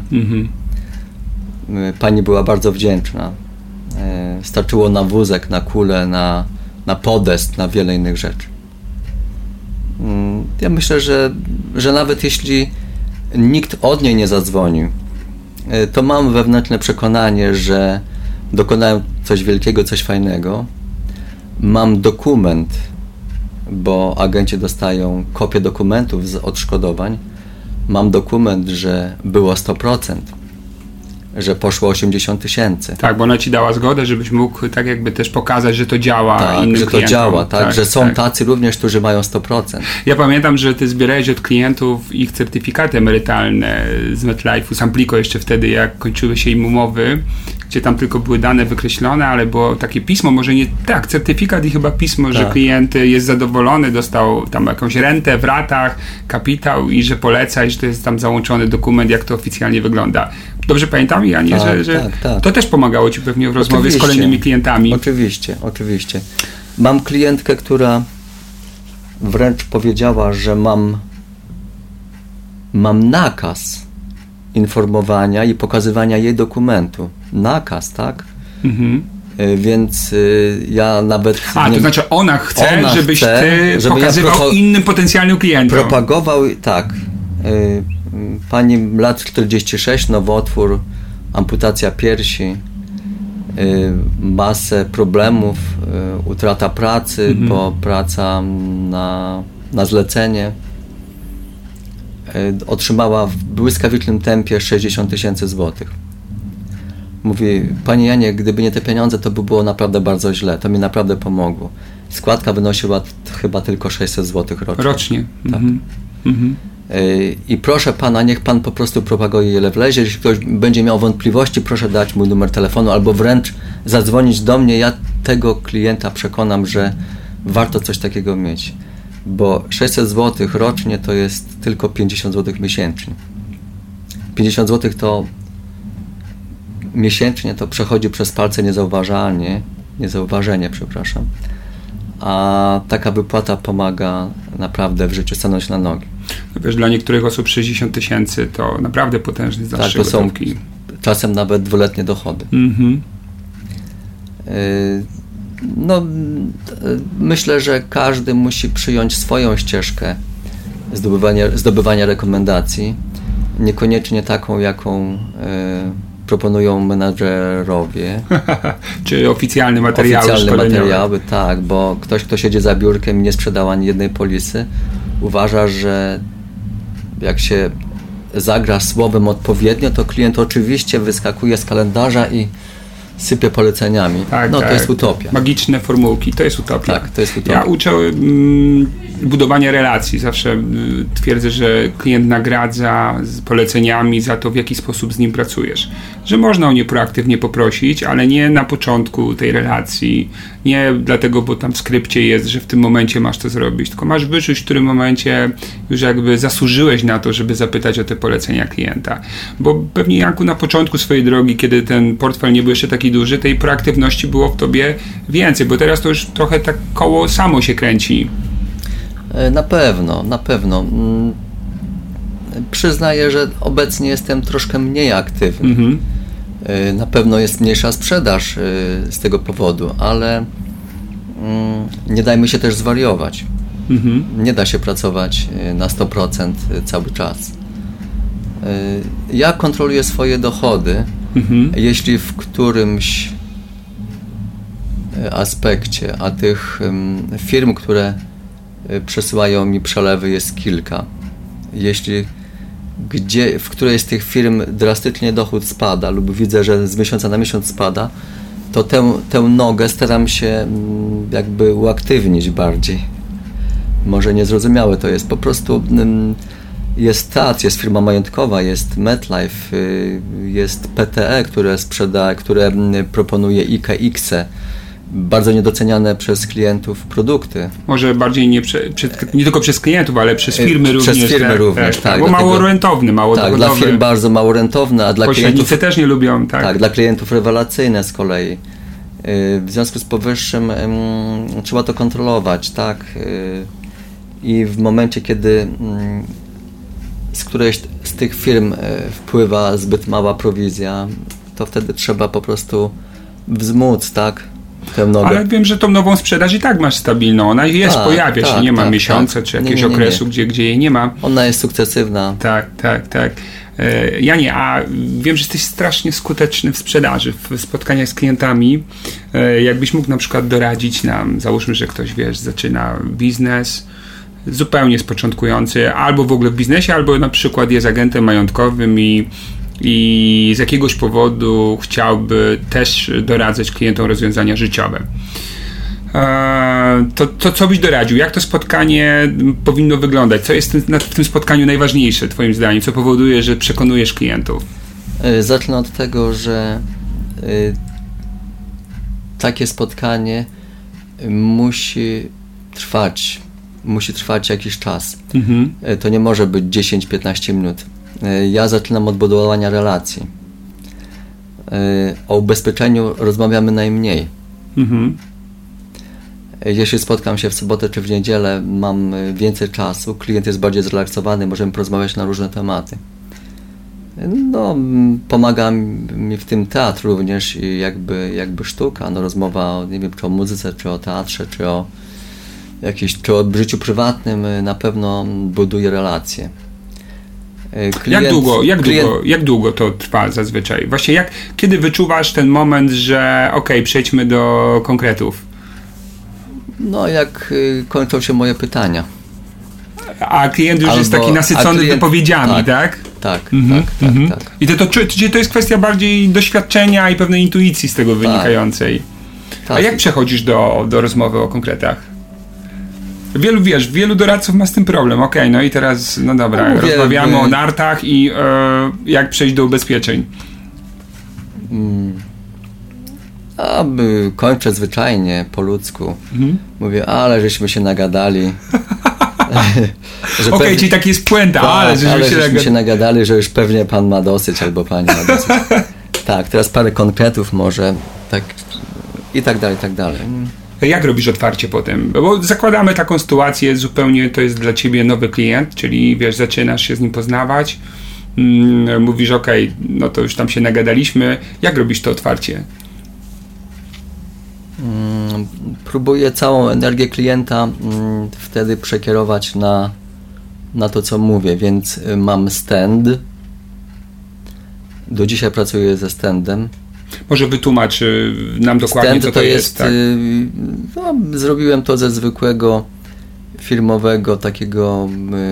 B: Pani była bardzo wdzięczna. Starczyło na wózek, na kulę, na podest, na wiele innych rzeczy. Ja myślę, że nawet jeśli nikt od niej nie zadzwonił, to mam wewnętrzne przekonanie, że dokonałem coś wielkiego, coś fajnego. Mam dokument, bo agenci dostają kopię dokumentów z odszkodowań. Mam dokument, że było 100%, że poszło 80 000.
A: Tak, bo ona ci dała zgodę, żebyś mógł tak jakby też pokazać, że to działa innym
B: że to
A: klientom.
B: działa, tak, że są tacy również, którzy mają 100%.
A: Ja pamiętam, że ty zbierałeś od klientów ich certyfikaty emerytalne z MetLife'u, z Amplico jeszcze wtedy, jak kończyły się im umowy, gdzie tam tylko były dane wykreślone, ale było takie pismo, może nie, tak, certyfikat i chyba pismo, że klient jest zadowolony, dostał tam jakąś rentę w ratach, kapitał i że poleca i że to jest tam załączony dokument, jak to oficjalnie wygląda. Dobrze pamiętam, Janie, że to też pomagało ci pewnie w rozmowie z kolejnymi klientami.
B: Oczywiście. Mam klientkę, która wręcz powiedziała, że mam nakaz informowania i pokazywania jej dokumentu. Nakaz, tak? Mhm. Więc ja nawet...
A: to znaczy ona chce, żebyś ty pokazywał innym potencjalnym klientom.
B: Propagował, tak. Pani lat 46, nowotwór, amputacja piersi, masę problemów, utrata pracy, bo praca na zlecenie. Otrzymała w błyskawicznym tempie 60 000 złotych. Mówi, Panie Janie, gdyby nie te pieniądze, to by było naprawdę bardzo źle. To mi naprawdę pomogło. Składka wynosiła chyba tylko 600 złotych rocznie.
A: Rocznie.
B: Tak. I proszę Pana, niech Pan po prostu propaguje ile wlezie. Jeśli ktoś będzie miał wątpliwości, proszę dać mój numer telefonu albo wręcz zadzwonić do mnie. Ja tego klienta przekonam, że warto coś takiego mieć. Bo 600 zł rocznie to jest tylko 50 zł miesięcznie. 50 zł to miesięcznie to przechodzi przez palce niezauważenie, przepraszam. A taka wypłata pomaga naprawdę w życiu stanąć na nogi.
A: Wiesz, dla niektórych osób 60 000 to naprawdę potężny zastrzyk gotówki.
B: To są czasem nawet dwuletnie dochody. Myślę, że każdy musi przyjąć swoją ścieżkę zdobywania rekomendacji, niekoniecznie taką, jaką proponują menadżerowie.
A: Czy oficjalne materiały
B: materiały, tak, bo ktoś, kto siedzi za biurkiem i nie sprzedał ani jednej polisy, uważa, że jak się zagra słowem odpowiednio, to klient oczywiście wyskakuje z kalendarza i sypie poleceniami. To jest utopia.
A: Magiczne formułki, to jest utopia.
B: Tak, to jest utopia.
A: Ja uczę budowania relacji. Zawsze twierdzę, że klient nagradza z poleceniami za to, w jaki sposób z nim pracujesz. Że można o nie proaktywnie poprosić, ale nie na początku tej relacji. Nie dlatego, bo tam w skrypcie jest, że w tym momencie masz to zrobić, tylko masz wyczuć, w którym momencie już jakby zasłużyłeś na to, żeby zapytać o te polecenia klienta. Bo pewnie, Janku, na początku swojej drogi, kiedy ten portfel nie był jeszcze taki duży, tej proaktywności było w tobie więcej, bo teraz to już trochę tak koło samo się kręci.
B: Na pewno. Przyznaję, że obecnie jestem troszkę mniej aktywny. Na pewno jest mniejsza sprzedaż z tego powodu, ale nie dajmy się też zwariować. Nie da się pracować na 100% cały czas. Ja kontroluję swoje dochody. Jeśli w którymś aspekcie, a tych firm, które przesyłają mi przelewy, jest kilka. Jeśli w którejś z tych firm drastycznie dochód spada lub widzę, że z miesiąca na miesiąc spada, to tę nogę staram się jakby uaktywnić bardziej. Może niezrozumiałe to jest. Po prostu jest TAC, jest firma majątkowa, jest MetLife, jest PTE, które proponuje IKX-e. Bardzo niedoceniane przez klientów produkty.
A: Może bardziej nie tylko przez klientów, ale przez firmy również. Przez firmy również, tak. Bo mało rentowne, mało dochodowe.
B: Dla firm bardzo mało rentowne, a dla
A: klientów też nie lubią, tak.
B: Tak, dla klientów rewelacyjne z kolei. W związku z powyższym trzeba to kontrolować, tak. I w momencie, kiedy z którejś z tych firm wpływa zbyt mała prowizja, to wtedy trzeba po prostu wzmóc, tak,
A: Ale wiem, że tą nową sprzedaż i tak masz stabilną. Ona jest, pojawia się, nie ma miesiąca czy jakiegoś okresu, gdzie jej nie ma.
B: Ona jest sukcesywna.
A: Tak. Janie, a wiem, że jesteś strasznie skuteczny w sprzedaży, w spotkaniach z klientami. Jakbyś mógł na przykład doradzić nam, załóżmy, że ktoś, zaczyna biznes, zupełnie z początkujący, albo w ogóle w biznesie, albo na przykład jest agentem majątkowym i z jakiegoś powodu chciałby też doradzać klientom rozwiązania życiowe. To co byś doradził? Jak to spotkanie powinno wyglądać? Co jest w tym spotkaniu najważniejsze twoim zdaniem? Co powoduje, że przekonujesz klientów?
B: Zacznę od tego, że takie spotkanie musi trwać jakiś czas. To nie może być 10-15 minut. Ja zaczynam od budowania relacji. O ubezpieczeniu rozmawiamy najmniej. Jeśli spotkam się w sobotę czy w niedzielę, mam więcej czasu, klient jest bardziej zrelaksowany, możemy porozmawiać na różne tematy. Pomaga mi w tym teatr również i jakby sztuka, rozmowa, nie wiem, czy o muzyce, czy o teatrze, czy o życiu prywatnym, na pewno buduje relacje.
A: Jak długo to trwa zazwyczaj? Właśnie kiedy wyczuwasz ten moment, że przejdźmy do konkretów?
B: Jak kończą się moje pytania.
A: A klient już jest taki nasycony wypowiedziami, tak?
B: Tak.
A: I to jest kwestia bardziej doświadczenia i pewnej intuicji z tego wynikającej. Tak. A jak przechodzisz do rozmowy o konkretach? Wielu doradców ma z tym problem. I teraz, rozmawiamy o nartach i jak przejść do ubezpieczeń.
B: Kończę zwyczajnie, po ludzku. Mówię, ale żeśmy się nagadali.
A: Czyli taki jest puenta,
B: żeśmy się nagadali, że już pewnie pan ma dosyć, albo pani ma dosyć. Tak, teraz parę konkretów może, tak i tak dalej.
A: Jak robisz otwarcie potem? Bo zakładamy taką sytuację, zupełnie to jest dla ciebie nowy klient, czyli zaczynasz się z nim poznawać, mówisz, to już tam się nagadaliśmy. Jak robisz to otwarcie?
B: Próbuję całą energię klienta wtedy przekierować na to, co mówię, więc mam stand. Do dzisiaj pracuję ze standem.
A: Może wytłumacz nam dokładnie,
B: stand
A: co to jest. Tak?
B: Zrobiłem to ze zwykłego firmowego takiego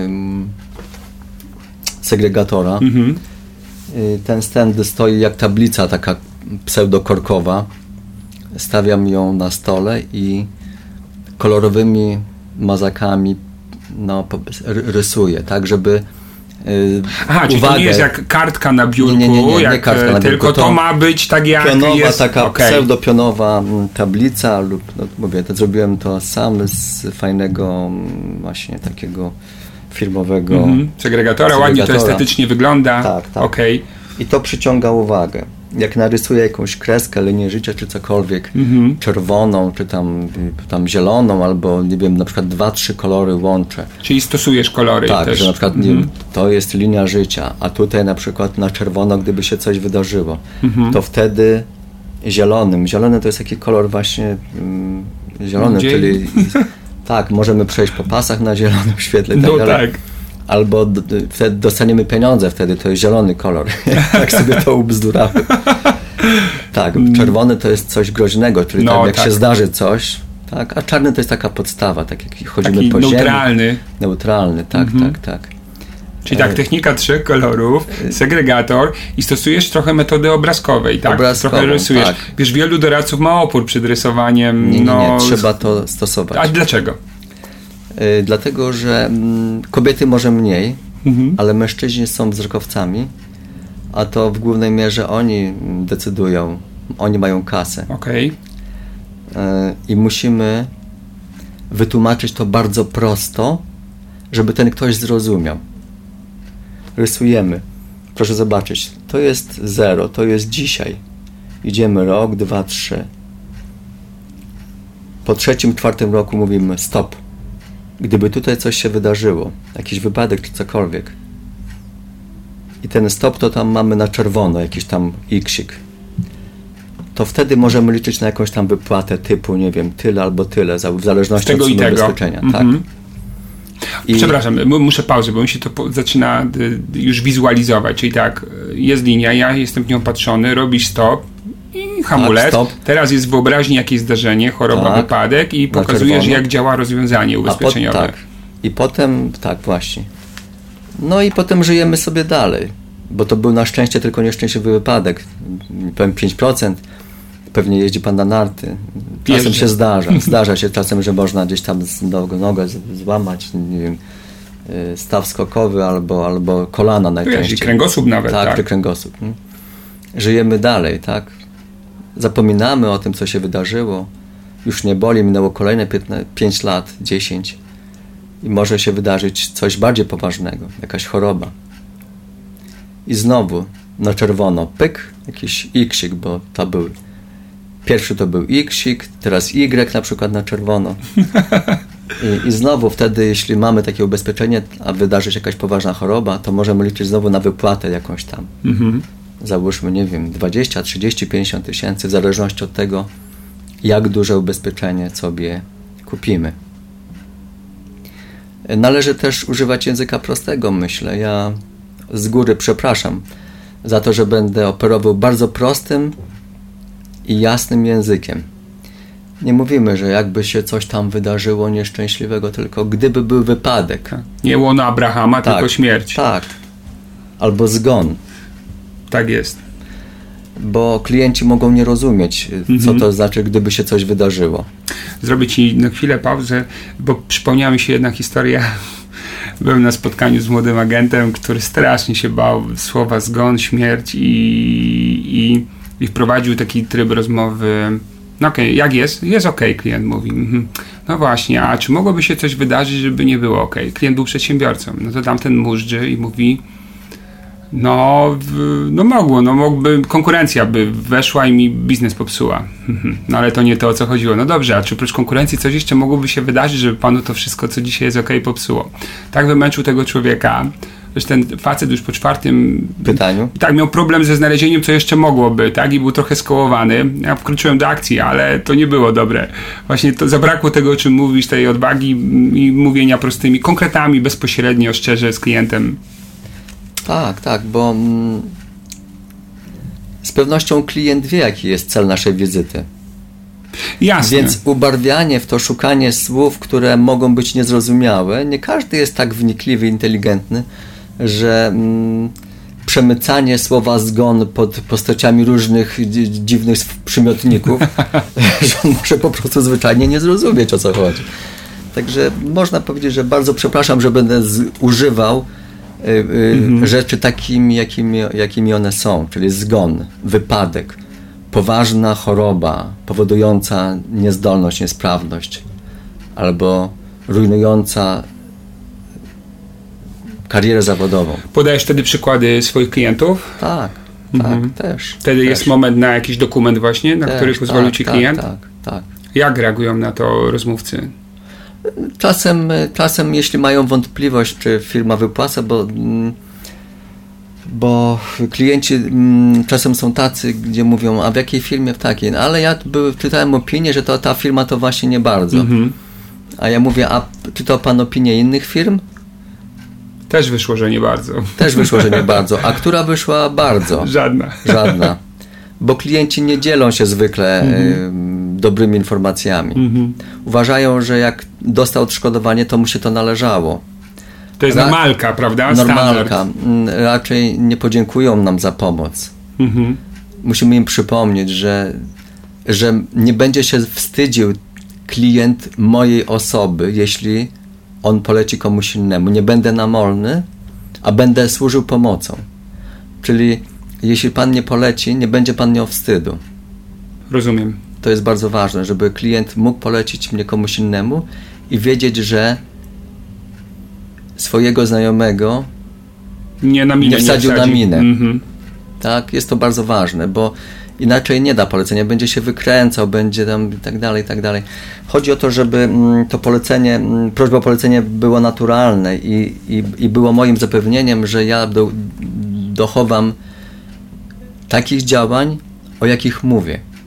B: segregatora. Ten stand stoi jak tablica taka pseudokorkowa. Stawiam ją na stole i kolorowymi mazakami rysuję, tak, żeby
A: czyli to nie jest jak kartka na biurku,
B: nie kartka na biurku,
A: tylko to ma być tak jak
B: pionowa,
A: jest.
B: Taka pseudopionowa tablica lub, zrobiłem to sam z fajnego właśnie takiego firmowego
A: segregatora. Ładnie to estetycznie wygląda.
B: Tak. I to przyciąga uwagę. Jak narysuję jakąś kreskę, linię życia, czy cokolwiek, czerwoną, czy tam zieloną, albo nie wiem, na przykład 2-3 kolory łączę.
A: Czyli stosujesz kolory
B: tak,
A: też.
B: Że na przykład to jest linia życia, a tutaj na przykład na czerwono, gdyby się coś wydarzyło, to wtedy zielonym. Zielony to jest taki kolor właśnie zielony, czyli tak, możemy przejść po pasach na zielonym świetle i tak dalej. Tak. Albo wtedy dostaniemy pieniądze, wtedy to jest zielony kolor. Jak sobie to ubzduramy. Tak, czerwony to jest coś groźnego, czyli jak się zdarzy coś, tak, a czarny to jest taka podstawa, tak jak chodzimy
A: taki
B: po
A: neutralny.
B: ziemi. Neutralny, tak.
A: Czyli technika 3 kolorów, segregator i stosujesz trochę metody obrazkowej, tak? Trochę rysujesz. Tak. Wiesz, wielu doradców ma opór przed rysowaniem.
B: Nie, trzeba to stosować.
A: A dlaczego?
B: Dlatego, że kobiety może mniej, ale mężczyźni są wzrokowcami, a to w głównej mierze oni decydują, oni mają kasę. I musimy wytłumaczyć to bardzo prosto, żeby ten ktoś zrozumiał. Rysujemy. Proszę zobaczyć, to jest 0, to jest dzisiaj. Idziemy rok, 2, 3. Po 3., 4. roku mówimy stop. Gdyby tutaj coś się wydarzyło, jakiś wypadek czy cokolwiek, i ten stop to tam mamy na czerwono, jakiś tam iksik, to wtedy możemy liczyć na jakąś tam wypłatę typu, nie wiem, tyle albo tyle, w zależności od sumy ubezpieczenia. Tak.
A: Przepraszam, muszę pauzę, bo mi się to zaczyna już wizualizować, czyli tak, jest linia, ja jestem w nią patrzony, robisz stop i hamulec, teraz jest w wyobraźni jakieś zdarzenie, choroba, wypadek i pokazujesz, jak działa rozwiązanie ubezpieczeniowe.
B: I potem, tak właśnie. No i potem żyjemy sobie dalej, bo to był na szczęście tylko nieszczęśliwy wypadek, powiem 5%, pewnie jeździ pan na narty. Czasem się zdarza się czasem, że można gdzieś tam nogę złamać, nie wiem, staw skokowy albo kolana najczęściej.
A: Kręgosłup nawet.
B: Tak, czy kręgosłup. Żyjemy dalej, tak. Zapominamy o tym, co się wydarzyło. Już nie boli, minęło kolejne 5 lat, 10 i może się wydarzyć coś bardziej poważnego, jakaś choroba. I znowu na czerwono, pyk, jakiś iksik, bo to był pierwszy to był iksik, teraz Y na przykład na czerwono. I znowu wtedy, jeśli mamy takie ubezpieczenie, a wydarzy się jakaś poważna choroba, to możemy liczyć znowu na wypłatę jakąś tam. Załóżmy, nie wiem, 20, 30, 50 tysięcy, w zależności od tego, jak duże ubezpieczenie sobie kupimy. Należy też używać języka prostego, myślę. Ja z góry przepraszam za to, że będę operował bardzo prostym i jasnym językiem. Nie mówimy, że jakby się coś tam wydarzyło nieszczęśliwego, tylko gdyby był wypadek.
A: Nie łono Abrahama, tylko śmierć.
B: Tak. Albo zgon.
A: Tak jest.
B: Bo klienci mogą nie rozumieć, co to znaczy, gdyby się coś wydarzyło.
A: Zrobię ci na chwilę pauzę, bo przypomniała mi się jedna historia. Byłem na spotkaniu z młodym agentem, który strasznie się bał słowa zgon, śmierć i wprowadził taki tryb rozmowy. No okej, jak jest? Jest okej, klient mówi. No właśnie, a czy mogłoby się coś wydarzyć, żeby nie było okej? Klient był przedsiębiorcą. No to tamten mużdży i mówi, no mógłby, konkurencja by weszła i mi biznes popsuła. No ale to nie to, o co chodziło. No dobrze, a czy oprócz konkurencji coś jeszcze mogłoby się wydarzyć, żeby panu to wszystko, co dzisiaj jest okej, popsuło? Tak wymęczył tego człowieka, że ten facet już po 4.
B: pytaniu
A: tak miał problem ze znalezieniem, co jeszcze mogłoby, tak? I był trochę skołowany. Ja wkroczyłem do akcji, ale to nie było dobre. Właśnie to zabrakło tego, o czym mówisz, tej odwagi i mówienia prostymi konkretami, bezpośrednio, szczerze z klientem.
B: Tak, bo z pewnością klient wie, jaki jest cel naszej wizyty.
A: Jasne.
B: Więc ubarwianie w to, szukanie słów, które mogą być niezrozumiałe, nie każdy jest tak wnikliwy, inteligentny, że przemycanie słowa zgon pod postaciami różnych dziwnych przymiotników, że on może po prostu zwyczajnie nie zrozumieć, o co chodzi. Także można powiedzieć, że bardzo przepraszam, że będę używał rzeczy takimi, jakimi one są, czyli zgon, wypadek, poważna choroba powodująca niezdolność, niesprawność albo rujnująca karierę zawodową.
A: Podajesz wtedy przykłady swoich klientów?
B: Tak, też.
A: Wtedy jest moment na jakiś dokument właśnie, na który pozwolił ci klient?
B: Tak.
A: Jak reagują na to rozmówcy?
B: Czasem jeśli mają wątpliwość, czy firma wypłaca, bo klienci czasem są tacy, gdzie mówią, a w jakiej firmie? W takiej. Ale ja czytałem opinię, że ta firma to właśnie nie bardzo. A ja mówię, a czytał pan opinię innych firm?
A: Też wyszło, że nie bardzo.
B: A która wyszła bardzo? Żadna. Bo klienci nie dzielą się zwykle dobrymi informacjami. Uważają, że jak dostał odszkodowanie, to mu się to należało.
A: To jest normalka, prawda?
B: Normalka. Raczej nie podziękują nam za pomoc. Musimy im przypomnieć, że nie będzie się wstydził klient mojej osoby, jeśli on poleci komuś innemu. Nie będę namolny, a będę służył pomocą. Czyli jeśli pan nie poleci, nie będzie pan miał wstydu.
A: Rozumiem.
B: To jest bardzo ważne, żeby klient mógł polecić mnie komuś innemu i wiedzieć, że swojego znajomego nie wsadził na minę. Tak, jest to bardzo ważne, bo inaczej nie da polecenia, będzie się wykręcał, będzie tam i tak dalej. Chodzi o to, żeby to polecenie, prośba o polecenie było naturalne i było moim zapewnieniem, że ja dochowam takich działań, o jakich mówię.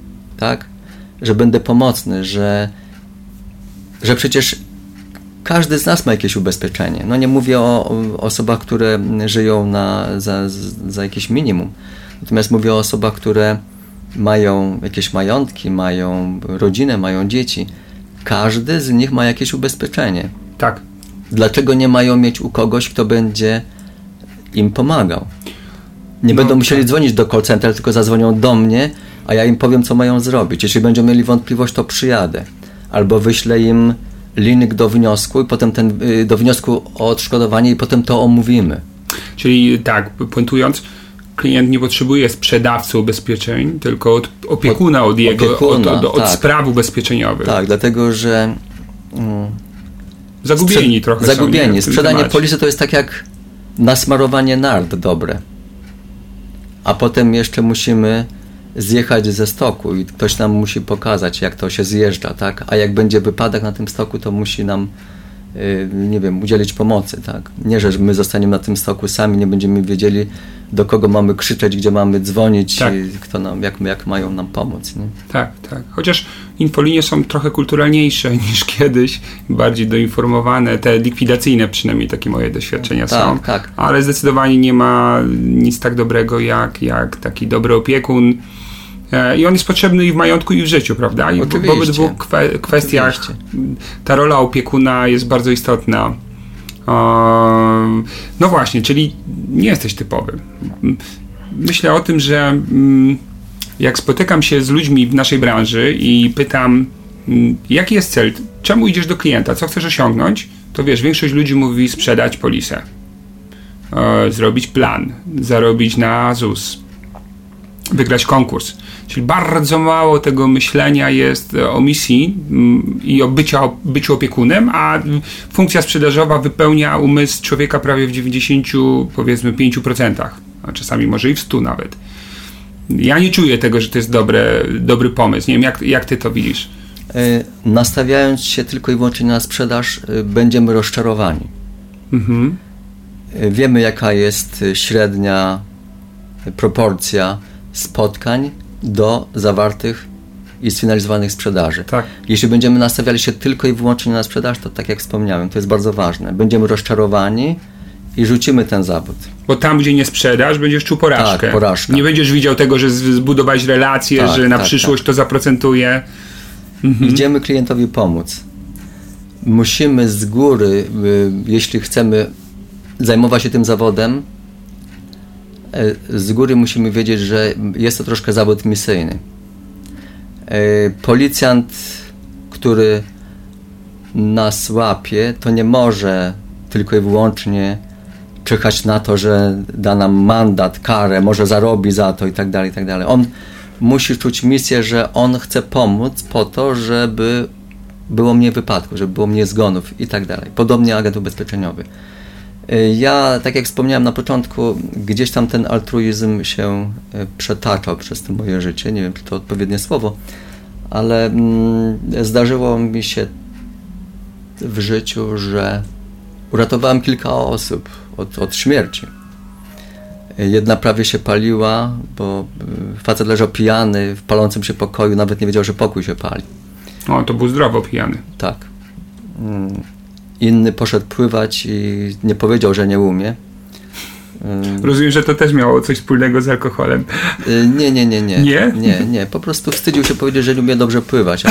B: tak? Że będę pomocny, że przecież każdy z nas ma jakieś ubezpieczenie. No nie mówię o osobach, które żyją za jakieś minimum. Natomiast mówię o osobach, które mają jakieś majątki, mają rodzinę, mają dzieci. Każdy z nich ma jakieś ubezpieczenie.
A: Tak.
B: Dlaczego nie mają mieć u kogoś, kto będzie im pomagał? Nie będą musieli dzwonić do call center, tylko zadzwonią do mnie, a ja im powiem, co mają zrobić. Jeśli będą mieli wątpliwość, to przyjadę. Albo wyślę im link do wniosku i potem do wniosku o odszkodowanie i potem to omówimy.
A: Czyli tak, puentując, klient nie potrzebuje sprzedawcy ubezpieczeń, tylko od opiekuna, od spraw ubezpieczeniowych.
B: Tak, dlatego że
A: zagubieni trochę
B: zagubieni. Sprzedanie polisy to jest tak jak nasmarowanie nart dobre. A potem jeszcze musimy zjechać ze stoku i ktoś nam musi pokazać, jak to się zjeżdża, tak? A jak będzie wypadek na tym stoku, to musi nam nie wiem, udzielić pomocy, tak? Nie, że my zostaniemy na tym stoku sami, nie będziemy wiedzieli, do kogo mamy krzyczeć, gdzie mamy dzwonić, tak. Kto nam, jak mają nam pomóc. Nie?
A: Tak, tak. Chociaż infolinie są trochę kulturalniejsze niż kiedyś, bardziej doinformowane, te likwidacyjne przynajmniej takie moje doświadczenia są.
B: Tak.
A: Ale zdecydowanie nie ma nic tak dobrego jak taki dobry opiekun. I on jest potrzebny i w majątku, i w życiu, prawda? I w obydwu kwestiach ta rola opiekuna jest bardzo istotna. No właśnie, czyli nie jesteś typowy. Myślę o tym, że jak spotykam się z ludźmi w naszej branży i pytam, jaki jest cel, czemu idziesz do klienta, co chcesz osiągnąć, to wiesz, większość ludzi mówi sprzedać polisę, zrobić plan, zarobić na ZUS, wygrać konkurs. Czyli bardzo mało tego myślenia jest o misji i o byciu opiekunem, a funkcja sprzedażowa wypełnia umysł człowieka prawie w 95%, a czasami może i w 100% nawet. Ja nie czuję tego, że to jest dobry pomysł. Nie wiem, jak ty to widzisz?
B: Nastawiając się tylko i wyłącznie na sprzedaż, będziemy rozczarowani. Mhm. Wiemy, jaka jest średnia proporcja spotkań do zawartych i sfinalizowanych sprzedaży.
A: Tak.
B: Jeśli będziemy nastawiali się tylko i wyłącznie na sprzedaż, to tak jak wspomniałem, to jest bardzo ważne. Będziemy rozczarowani i rzucimy ten zawód.
A: Bo tam, gdzie nie sprzedasz, będziesz czuł porażkę.
B: Tak, porażka.
A: Nie będziesz widział tego, że zbudowałeś relacje, że na przyszłość to zaprocentuje.
B: Mhm. Idziemy klientowi pomóc. Musimy z góry, jeśli chcemy zajmować się tym zawodem, z góry musimy wiedzieć, że jest to troszkę zawód misyjny. Policjant, który nas łapie, to nie może tylko i wyłącznie czekać na to, że da nam mandat, karę, może zarobi za to i tak dalej, i tak dalej. On musi czuć misję, że on chce pomóc po to, żeby było mniej wypadków, żeby było mniej zgonów i tak dalej. Podobnie agent ubezpieczeniowy. Ja, tak jak wspomniałem na początku, gdzieś tam ten altruizm się przetaczał przez to moje życie. Nie wiem, czy to odpowiednie słowo, ale zdarzyło mi się w życiu, że uratowałem kilka osób od śmierci. Jedna prawie się paliła, bo facet leżał pijany w palącym się pokoju, nawet nie wiedział, że pokój się pali.
A: O, to był zdrowo pijany.
B: Tak. Inny poszedł pływać i nie powiedział, że nie umie.
A: Rozumiem, że to też miało coś wspólnego z alkoholem.
B: Nie.
A: Nie?
B: Nie. Po prostu wstydził się powiedzieć, że nie umie dobrze pływać.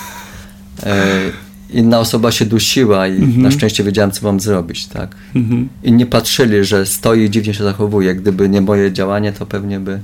B: Inna osoba się dusiła i na szczęście wiedziałem, co mam zrobić. Tak? Inni patrzyli, że stoi i dziwnie się zachowuje. Gdyby nie moje działanie, to pewnie by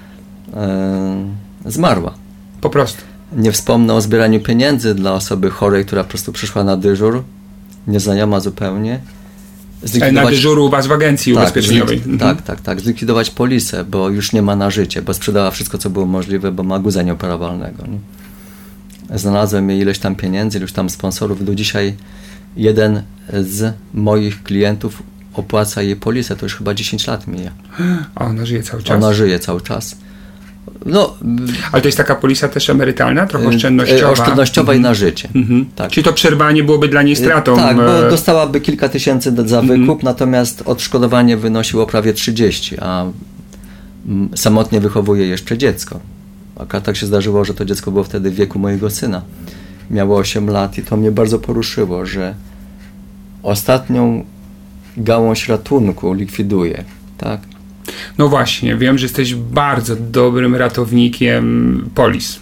B: zmarła.
A: Po prostu.
B: Nie wspomnę o zbieraniu pieniędzy dla osoby chorej, która po prostu przyszła na dyżur, nieznajoma zupełnie.
A: Na dyżuru u was w agencji ubezpieczeniowej.
B: Tak. Zlikwidować polisę, bo już nie ma na życie, bo sprzedała wszystko, co było możliwe, bo ma guza nieoperowalnego. Nie? Znalazłem jej ileś tam pieniędzy, ileś tam sponsorów. Do dzisiaj jeden z moich klientów opłaca jej polisę. To już chyba 10 lat mija.
A: A ona żyje cały czas?
B: Ona żyje cały czas. No,
A: ale to jest taka polisa też emerytalna, trochę oszczędnościowa?
B: Oszczędnościowa i na życie. Tak.
A: Czyli to przerwanie byłoby dla niej stratą?
B: Tak, bo dostałaby kilka tysięcy za wykup, natomiast odszkodowanie wynosiło prawie 30, a samotnie wychowuje jeszcze dziecko. Akurat tak się zdarzyło, że to dziecko było wtedy w wieku mojego syna. Miało 8 lat i to mnie bardzo poruszyło, że ostatnią gałąź ratunku likwiduje, tak?
A: No właśnie, wiem, że jesteś bardzo dobrym ratownikiem polis.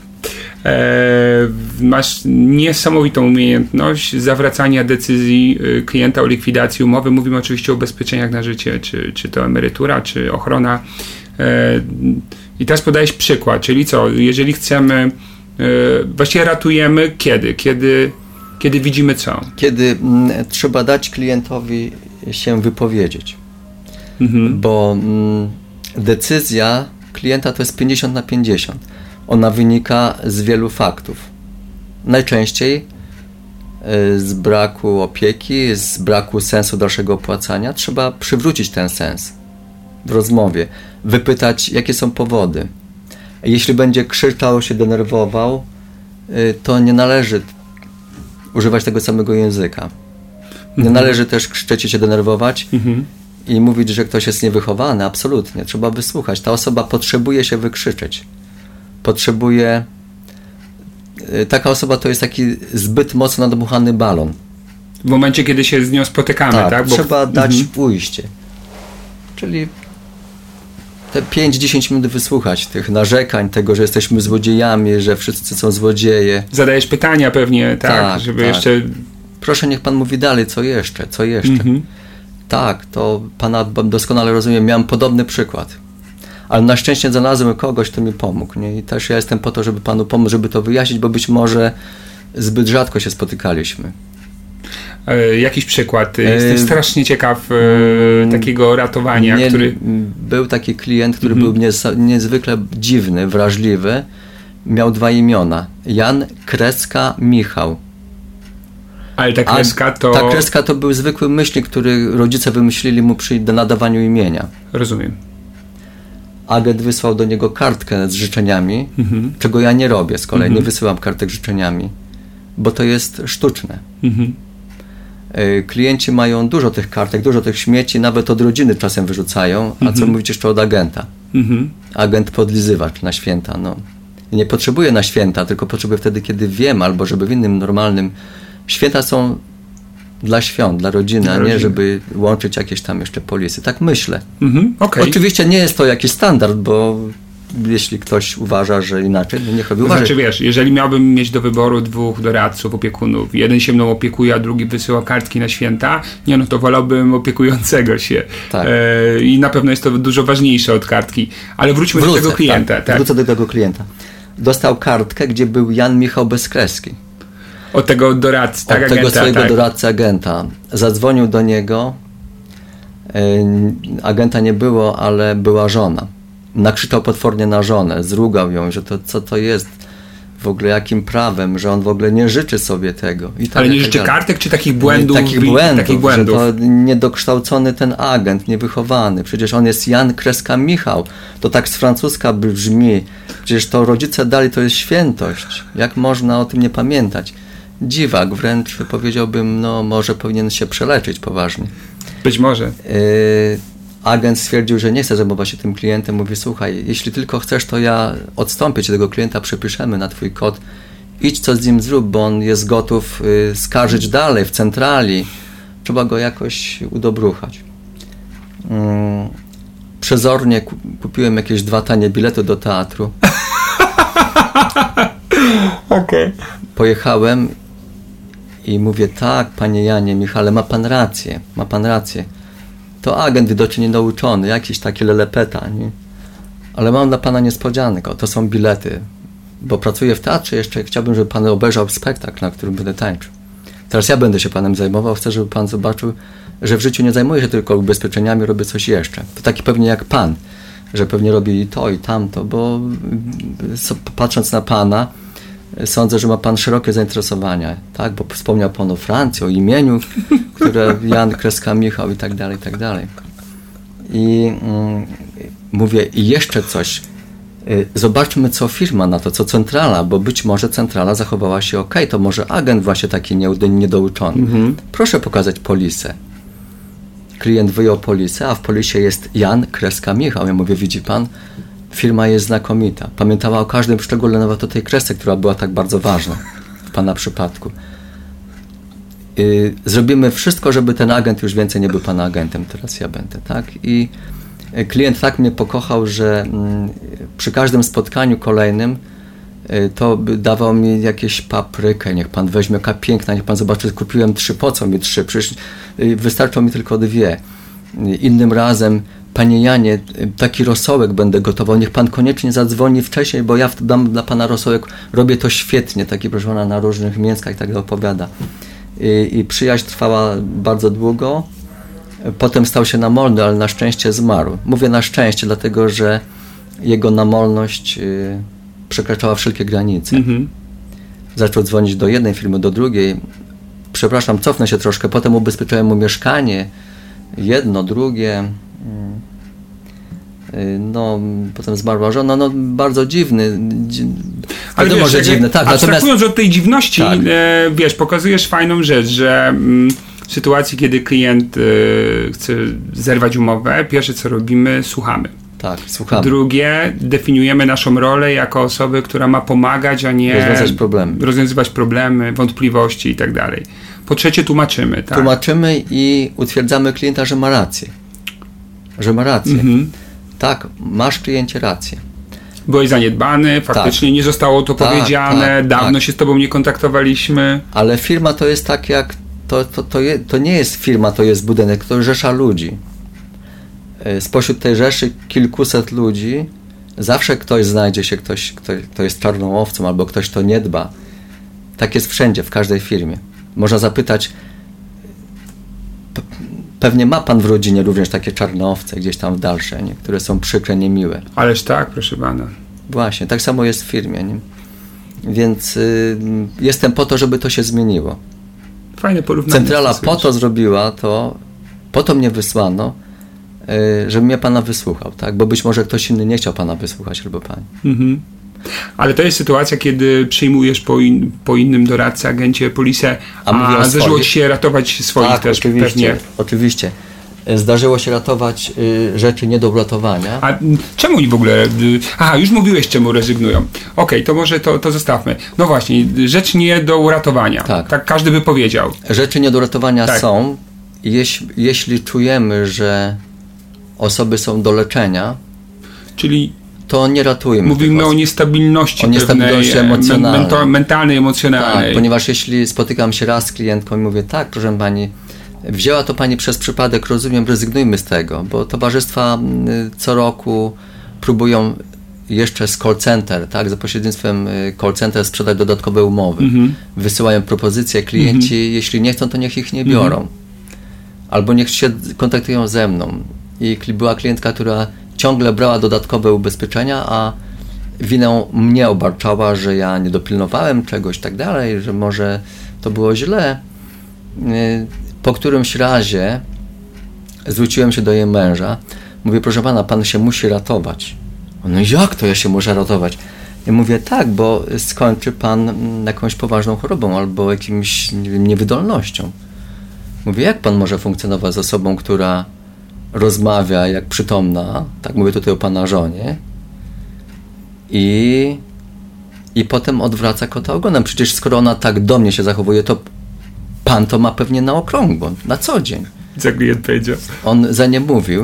A: Masz niesamowitą umiejętność zawracania decyzji klienta o likwidacji umowy. Mówimy oczywiście o ubezpieczeniach na życie, czy to emerytura, czy ochrona. I teraz podajesz przykład, czyli co, jeżeli chcemy, właściwie ratujemy kiedy widzimy co?
B: Kiedy trzeba dać klientowi się wypowiedzieć. Bo decyzja klienta to jest 50/50. Ona wynika z wielu faktów. Najczęściej z braku opieki, z braku sensu dalszego opłacania. Trzeba przywrócić ten sens w rozmowie, wypytać, jakie są powody. Jeśli będzie krzyczał, się denerwował, to nie należy używać tego samego języka. Nie należy też krzyczeć i się denerwować i mówić, że ktoś jest niewychowany. Absolutnie. Trzeba wysłuchać. Ta osoba potrzebuje się wykrzyczeć. Taka osoba to jest taki zbyt mocno nadmuchany balon.
A: W momencie, kiedy się z nią spotykamy, tak?
B: Bo trzeba dać ujście. Czyli te 5-10 minut wysłuchać tych narzekań, tego, że jesteśmy złodziejami, że wszyscy są złodzieje.
A: Zadajesz pytania pewnie, tak? Żeby jeszcze...
B: Proszę, niech pan mówi dalej, co jeszcze? Tak, to pana doskonale rozumiem. Miałem podobny przykład. Ale na szczęście znalazłem kogoś, kto mi pomógł. Nie? I też ja jestem po to, żeby panu pomóc, żeby to wyjaśnić, bo być może zbyt rzadko się spotykaliśmy.
A: Jakiś przykład? Jestem strasznie ciekaw takiego ratowania, który...
B: Był taki klient, który był niezwykle dziwny, wrażliwy. Miał 2 imiona. Jan Kreska Michał.
A: Ale ta kreska to...
B: Ta kreska to był zwykły myślnik, który rodzice wymyślili mu przy nadawaniu imienia.
A: Rozumiem.
B: Agent wysłał do niego kartkę z życzeniami, czego ja nie robię z kolei. Nie wysyłam kartek z życzeniami, bo to jest sztuczne. Klienci mają dużo tych kartek, dużo tych śmieci, nawet od rodziny czasem wyrzucają, a co mówić jeszcze od agenta. Agent podlizywacz na święta. No. Nie potrzebuje na święta, tylko potrzebuje wtedy, kiedy wiem, albo żeby w innym normalnym... Święta są dla świąt, dla rodziny, a nie żeby łączyć jakieś tam jeszcze polisy. Tak myślę.
A: Okay.
B: Oczywiście nie jest to jakiś standard, bo jeśli ktoś uważa, że inaczej, to niech robi uważać.
A: Znaczy wiesz, jeżeli miałbym mieć do wyboru 2 doradców, opiekunów, jeden się mną opiekuje, a drugi wysyła kartki na święta, no to wolałbym opiekującego się. Tak. I na pewno jest to dużo ważniejsze od kartki. Ale wróćmy do tego klienta. Tak.
B: Wrócę do tego klienta. Dostał kartkę, gdzie był Jan Michał Bezkreski.
A: Od tego doradcy, tak?
B: Od tego swojego doradcy agenta. Zadzwonił do niego. Agenta nie było, ale była żona. Nakrzyczał potwornie na żonę, zrugał ją, że to co to jest w ogóle, jakim prawem, że on w ogóle nie życzy sobie tego. I tak,
A: ale nie życzy kartek, czy takich błędów? Takich błędów.
B: Że to niedokształcony ten agent, niewychowany. Przecież on jest Jan Kreska Michał. To tak z francuska brzmi. Przecież to rodzice dali, to jest świętość. Jak można o tym nie pamiętać? Dziwak, wręcz powiedziałbym, może powinien się przeleczyć poważnie.
A: Być może.
B: Agent stwierdził, że nie chce zajmować się tym klientem. Mówi, słuchaj, jeśli tylko chcesz, to ja odstąpię cię tego klienta, przepiszemy na twój kod. Idź co z nim zrób, bo on jest gotów skarżyć dalej w centrali. Trzeba go jakoś udobruchać. Przezornie kupiłem jakieś 2 tanie bilety do teatru.
A: Okay.
B: Pojechałem i mówię, tak, panie Janie, Michale, ma pan rację. To agent widocznie niedouczony, jakiś taki lelepeta, nie? Ale mam dla pana niespodziankę, to są bilety, bo pracuję w teatrze, jeszcze chciałbym, żeby pan obejrzał spektakl, na którym będę tańczył. Teraz ja będę się panem zajmował, chcę, żeby pan zobaczył, że w życiu nie zajmuję się tylko ubezpieczeniami, robię coś jeszcze. To taki pewnie jak pan, że pewnie robi to i tamto, bo patrząc na pana, sądzę, że ma pan szerokie zainteresowania, tak? Bo wspomniał pan o Francji, o imieniu, które Jan Kreska Michał i tak dalej, i tak dalej. I mówię, i jeszcze coś. Zobaczmy, co firma na to, co centrala, bo być może centrala zachowała się okej, to może agent właśnie taki niedouczony. Proszę pokazać polisę. Klient wyjął polisę, a w polisie jest Jan Kreska Michał. Ja mówię, widzi pan, Firma jest znakomita. Pamiętała o każdym szczególe, nawet o tej kresce, która była tak bardzo ważna w pana przypadku. Zrobimy wszystko, żeby ten agent już więcej nie był pana agentem, teraz ja będę, tak? I klient tak mnie pokochał, że przy każdym spotkaniu kolejnym to dawał mi jakieś paprykę, niech pan weźmie, jaka piękna, niech pan zobaczy, kupiłem 3, po co mi 3, przecież wystarczą mi tylko 2. Innym razem, panie Janie, taki rosołek będę gotował, niech pan koniecznie zadzwoni wcześniej, bo ja dam dla pana rosołek, robię to świetnie, taki proszę pana na różnych mięskach i tak opowiada. I przyjaźń trwała bardzo długo, potem stał się namolny, ale na szczęście zmarł. Mówię na szczęście, dlatego że jego namolność przekraczała wszelkie granice. Zaczął dzwonić do jednej firmy, do drugiej. Przepraszam, cofnę się troszkę. Potem ubezpieczyłem mu mieszkanie. Jedno, drugie. No, potem zmarła żona. No, bardzo dziwny.
A: Ale wiesz,
B: może dziwny, tak.
A: Abstrahując od tej dziwności,
B: tak.
A: Wiesz, pokazujesz fajną rzecz, że w sytuacji, kiedy klient chce zerwać umowę, pierwsze co robimy, słuchamy.
B: Tak, słuchamy.
A: Drugie, definiujemy naszą rolę jako osoby, która ma pomagać, a nie rozwiązywać problemy, wątpliwości i tak dalej. Po trzecie, tłumaczymy. Tak?
B: Tłumaczymy i utwierdzamy klienta, że ma rację. Że ma rację. Tak, masz kliencie rację.
A: Byłeś zaniedbany, faktycznie nie zostało to powiedziane, dawno się z tobą nie kontaktowaliśmy.
B: Ale firma to jest tak jak, to nie jest firma, to jest budynek, to jest rzesza ludzi. Spośród tej rzeszy kilkuset ludzi zawsze ktoś znajdzie się, kto jest czarną owcą, albo ktoś, kto nie dba. Tak jest wszędzie, w każdej firmie. Można zapytać, pewnie ma pan w rodzinie również takie czarne owce gdzieś tam w dalsze, nie? Które są przykre, niemiłe.
A: Ależ tak, proszę pana.
B: Właśnie, tak samo jest w firmie. Nie? Więc jestem po to, żeby to się zmieniło.
A: Fajne porównanie.
B: Centrala po to zrobiła to, po to mnie wysłano, żeby mnie pana wysłuchał, tak? Bo być może ktoś inny nie chciał pana wysłuchać albo pani.
A: Ale to jest sytuacja, kiedy przyjmujesz po innym doradcy, agencie, polisę, a zdarzyło ci się ratować swoich
B: tak, też
A: pewnie.
B: Oczywiście. Zdarzyło się ratować rzeczy nie do uratowania.
A: A czemu oni w ogóle... już mówiłeś, czemu rezygnują. Okej, to może to zostawmy. No właśnie, rzecz nie do uratowania. Tak każdy by powiedział.
B: Rzeczy nie do uratowania są, jeśli czujemy, że osoby są do leczenia,
A: czyli
B: to nie ratujmy.
A: Mówimy o niestabilności mentalnej, emocjonalnej.
B: Tak, ponieważ jeśli spotykam się raz z klientką i mówię, tak, proszę pani, wzięła to pani przez przypadek, rozumiem, rezygnujmy z tego, bo towarzystwa co roku próbują jeszcze z call center, tak, za pośrednictwem call center sprzedać dodatkowe umowy. Wysyłają propozycje, klienci, jeśli nie chcą, to niech ich nie biorą. Albo niech się kontaktują ze mną. I była klientka, która ciągle brała dodatkowe ubezpieczenia, a winę mnie obarczała, że ja nie dopilnowałem czegoś i tak dalej, że może to było źle. Po którymś razie zwróciłem się do jej męża. Mówię, proszę pana, pan się musi ratować. No jak to ja się muszę ratować? Ja mówię, tak, bo skończy pan jakąś poważną chorobą albo jakimś niewydolnością. Mówię, jak pan może funkcjonować z osobą, która rozmawia jak przytomna, tak mówię tutaj o pana żonie, i potem odwraca kota ogonem. Przecież skoro ona tak do mnie się zachowuje, to pan to ma pewnie na okrągło, na co dzień.
A: Co klient powiedział?
B: On za nie mówił.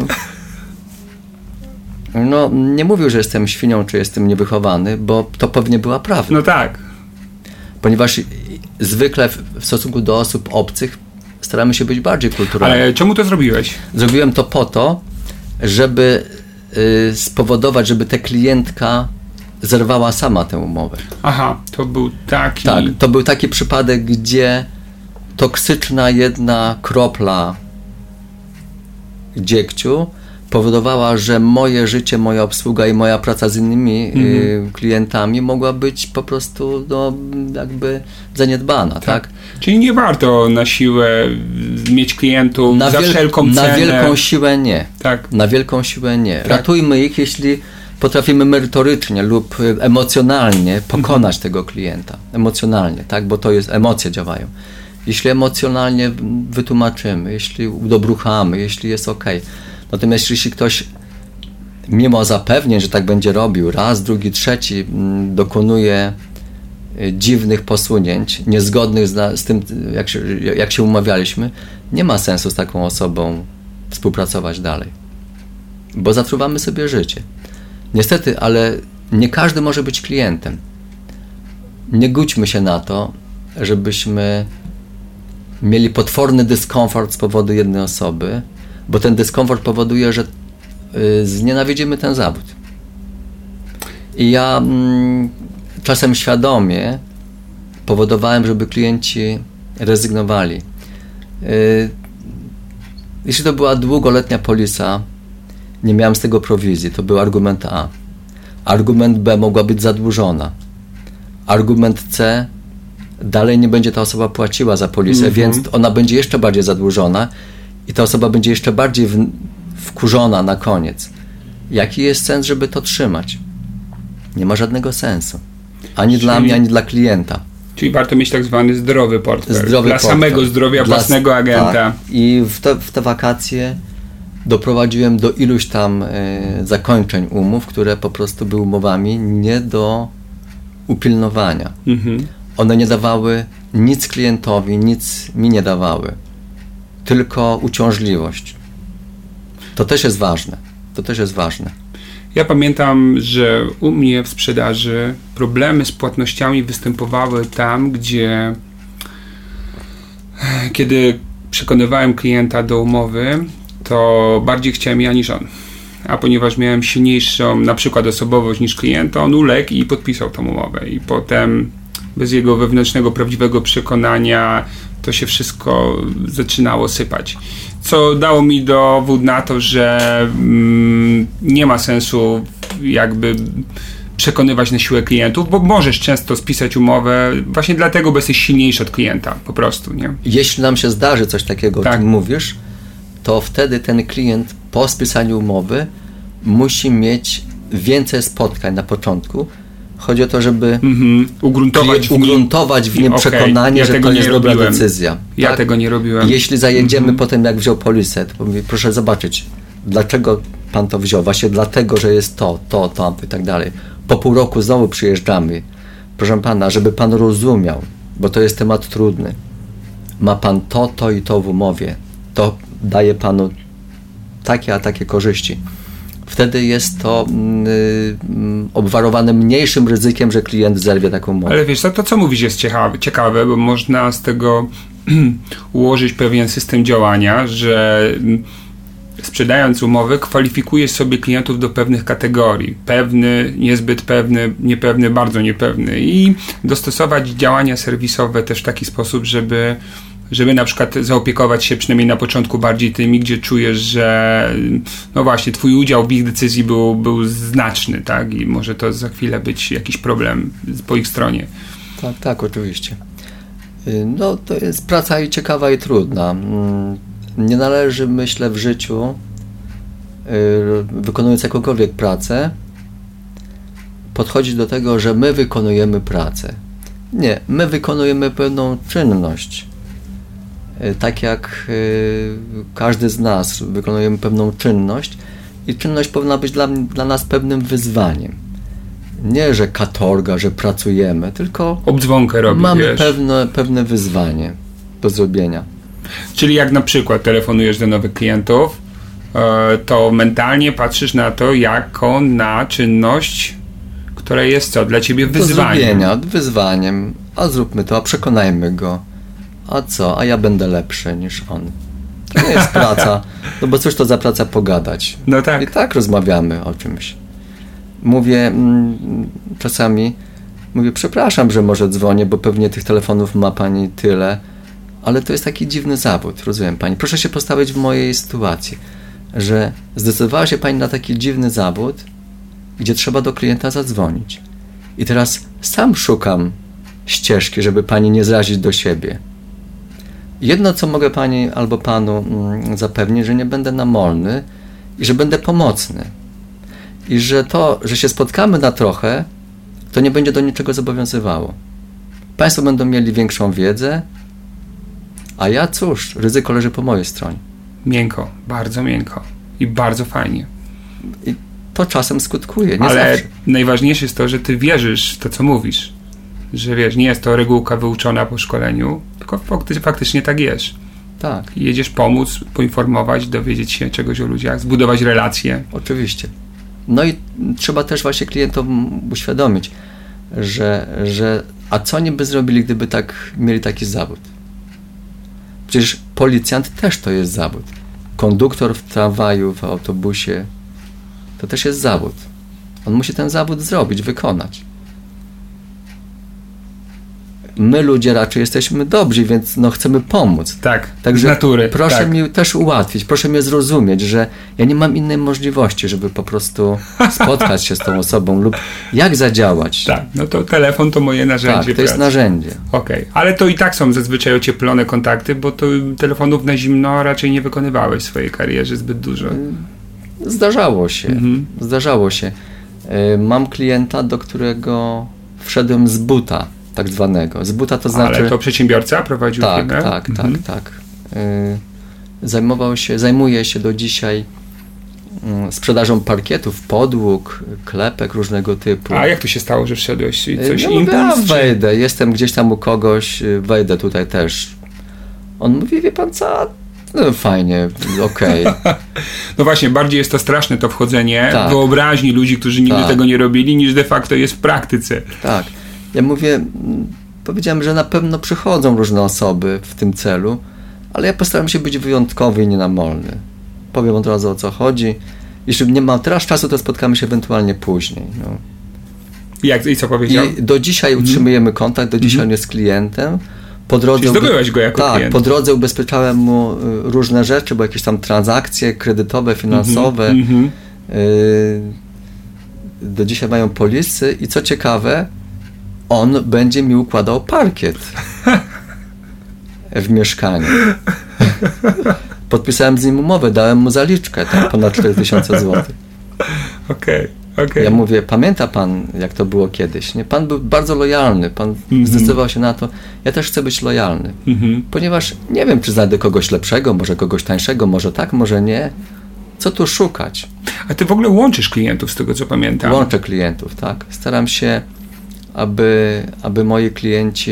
B: No, nie mówił, że jestem świnią, czy jestem niewychowany, bo to pewnie była prawda.
A: No tak.
B: Ponieważ zwykle w stosunku do osób obcych staramy się być bardziej kulturalni.
A: Ale czemu to zrobiłeś?
B: Zrobiłem to po to, żeby spowodować, żeby ta klientka zerwała sama tę umowę.
A: Aha, to był taki...
B: Tak, to był taki przypadek, gdzie toksyczna jedna kropla dziegciu powodowała, że moje życie, moja obsługa i moja praca z innymi klientami mogła być po prostu jakby zaniedbana, tak?
A: Czyli nie warto na siłę mieć klientów za wszelką cenę.
B: Na wielką siłę nie.
A: Tak.
B: Na wielką siłę nie. Tak. Ratujmy ich, jeśli potrafimy merytorycznie lub emocjonalnie pokonać tego klienta. Emocjonalnie, tak? Bo to jest, emocje działają. Jeśli emocjonalnie wytłumaczymy, jeśli udobruchamy, jeśli jest okej. Natomiast jeśli ktoś mimo zapewnień, że tak będzie robił, raz, drugi, trzeci, dokonuje dziwnych posunięć, niezgodnych z tym, jak się umawialiśmy, nie ma sensu z taką osobą współpracować dalej. Bo zatruwamy sobie życie. Niestety, ale nie każdy może być klientem. Nie gódźmy się na to, żebyśmy mieli potworny dyskomfort z powodu jednej osoby, bo ten dyskomfort powoduje, że znienawidzimy ten zawód. I ja czasem świadomie powodowałem, żeby klienci rezygnowali. Jeśli to była długoletnia polisa, nie miałem z tego prowizji, to był argument A. Argument B, mogła być zadłużona. Argument C, dalej nie będzie ta osoba płaciła za polisę, więc ona będzie jeszcze bardziej zadłużona i ta osoba będzie jeszcze bardziej wkurzona na koniec. Jaki jest sens, żeby to trzymać? Nie ma żadnego sensu. Ani dla mnie, ani dla klienta.
A: Czyli warto mieć tak zwany zdrowy portfel.
B: Zdrowy portfel.
A: Samego zdrowia własnego agenta.
B: Tak. I w te wakacje doprowadziłem do iluś tam zakończeń umów, które po prostu były umowami nie do upilnowania. One nie dawały nic klientowi, nic mi nie dawały. Tylko uciążliwość. To też jest ważne.
A: Ja pamiętam, że u mnie w sprzedaży problemy z płatnościami występowały tam, gdzie kiedy przekonywałem klienta do umowy, to bardziej chciałem ja niż on. A ponieważ miałem silniejszą na przykład osobowość niż klient, on uległ i podpisał tą umowę. I potem bez jego wewnętrznego, prawdziwego przekonania to się wszystko zaczynało sypać. Co dało mi dowód na to, że nie ma sensu jakby przekonywać na siłę klientów, bo możesz często spisać umowę właśnie dlatego, bo jesteś silniejszy od klienta, po prostu, nie?
B: Jeśli nam się zdarzy coś takiego,
A: tak,
B: o czym mówisz, to wtedy ten klient po spisaniu umowy musi mieć więcej spotkań na początku. Chodzi o to, żeby ugruntować w nim przekonanie, że to jest dobra decyzja.
A: Ja
B: tak?
A: tego nie robiłem.
B: Jeśli zajedziemy potem, jak wziął polisę, to mówię, proszę zobaczyć, dlaczego pan to wziął. Właśnie dlatego, że jest to i tak dalej. Po pół roku znowu przyjeżdżamy. Proszę pana, żeby pan rozumiał, bo to jest temat trudny. Ma pan to i to w umowie. To daje panu takie a takie korzyści. Wtedy jest to obwarowane mniejszym ryzykiem, że klient zerwie taką umowę.
A: Ale wiesz, to co mówisz jest ciekawe, bo można z tego ułożyć pewien system działania, że sprzedając umowy kwalifikujesz sobie klientów do pewnych kategorii. Pewny, niezbyt pewny, niepewny, bardzo niepewny i dostosować działania serwisowe też w taki sposób, żeby na przykład zaopiekować się przynajmniej na początku bardziej tymi, gdzie czujesz, że no właśnie, twój udział w ich decyzji był znaczny, tak? I może to za chwilę być jakiś problem po ich stronie.
B: Tak, oczywiście. No to jest praca i ciekawa i trudna. Nie należy, myślę, w życiu, wykonując jakąkolwiek pracę, podchodzić do tego, że my wykonujemy pracę. Nie, my wykonujemy pewną czynność. Tak jak każdy z nas wykonujemy pewną czynność i czynność powinna być dla nas pewnym wyzwaniem. Nie, że katorga, że pracujemy, tylko
A: obdzwonkę robisz,
B: mamy pewne wyzwanie do zrobienia.
A: Czyli jak na przykład telefonujesz do nowych klientów, to mentalnie patrzysz na to jako na czynność, która jest co? Dla ciebie wyzwaniem.
B: Do wyzwaniem. A zróbmy to, a przekonajmy go. A co? A ja będę lepszy niż on. To nie jest praca. No bo cóż to za praca pogadać.
A: No tak.
B: I tak rozmawiamy o czymś. Czasami mówię, przepraszam, że może dzwonię, bo pewnie tych telefonów ma pani tyle, ale to jest taki dziwny zawód, rozumiem pani. Proszę się postawić w mojej sytuacji, że zdecydowała się pani na taki dziwny zawód, gdzie trzeba do klienta zadzwonić. I teraz sam szukam ścieżki, żeby pani nie zrazić do siebie. Jedno, co mogę pani albo panu zapewnić, że nie będę namolny i że będę pomocny. I że to, że się spotkamy na trochę, to nie będzie do niczego zobowiązywało. Państwo będą mieli większą wiedzę, a ja cóż, ryzyko leży po mojej stronie.
A: Miękko, bardzo miękko i bardzo fajnie.
B: I to czasem skutkuje, nie
A: Ale
B: zawsze.
A: najważniejsze jest to, że ty wierzysz w to, co mówisz. Że wiesz, nie jest to regułka wyuczona po szkoleniu, tylko faktycznie tak jest.
B: Tak.
A: Jedziesz pomóc, poinformować, dowiedzieć się czegoś o ludziach, zbudować relacje.
B: Oczywiście. No i trzeba też właśnie klientom uświadomić, że a co oni by zrobili, gdyby mieli taki zawód? Przecież policjant też to jest zawód. Konduktor w tramwaju, w autobusie, to też jest zawód. On musi ten zawód zrobić, wykonać. My ludzie raczej jesteśmy dobrzy, więc chcemy pomóc.
A: Tak,
B: także
A: z natury.
B: Proszę mi też ułatwić, proszę mnie zrozumieć, że ja nie mam innej możliwości, żeby po prostu spotkać się z tą osobą lub jak zadziałać.
A: Tak, no to telefon to moje narzędzie.
B: Tak, to jest narzędzie.
A: Okej, ale to i tak są zazwyczaj ocieplone kontakty, bo to telefonów na zimno raczej nie wykonywałeś w swojej karierze zbyt dużo.
B: Zdarzało się. Mam klienta, do którego wszedłem z buta, tak zwanego. Z buta to znaczy...
A: Ale to przedsiębiorca prowadził firmę?
B: Tak. Zajmuje się do dzisiaj sprzedażą parkietów, podłóg, klepek różnego typu.
A: A jak to się stało, że wszedłeś? Coś
B: impuls? Wejdę, jestem gdzieś tam u kogoś, wejdę tutaj też. On mówi, wie pan co? No fajnie, okej.
A: No właśnie, bardziej jest to straszne to wchodzenie w wyobraźni ludzi, którzy nigdy tego nie robili, niż de facto jest w praktyce. Tak.
B: Ja powiedziałem, że na pewno przychodzą różne osoby w tym celu, ale ja postaram się być wyjątkowy i nienamolny. Powiem od razu, o co chodzi. Jeśli nie mam teraz czasu, to spotkamy się ewentualnie później. No.
A: I co powiedział?
B: I do dzisiaj utrzymujemy kontakt, do dzisiaj on jest klientem. Po drodze
A: zdobyłeś go jako klient.
B: Po drodze ubezpieczałem mu różne rzeczy, bo jakieś tam transakcje kredytowe, finansowe. Do dzisiaj mają polisy i co ciekawe, on będzie mi układał parkiet w mieszkaniu. Podpisałem z nim umowę, dałem mu zaliczkę, ponad 4000 zł.
A: Okej.
B: Ja mówię, pamięta pan, jak to było kiedyś? Nie? Pan był bardzo lojalny, pan zdecydował się na to. Ja też chcę być lojalny, ponieważ nie wiem, czy znajdę kogoś lepszego, może kogoś tańszego, może tak, może nie. Co tu szukać?
A: A ty w ogóle łączysz klientów, z tego co pamiętam.
B: Łączę klientów, tak. Staram się, aby moi klienci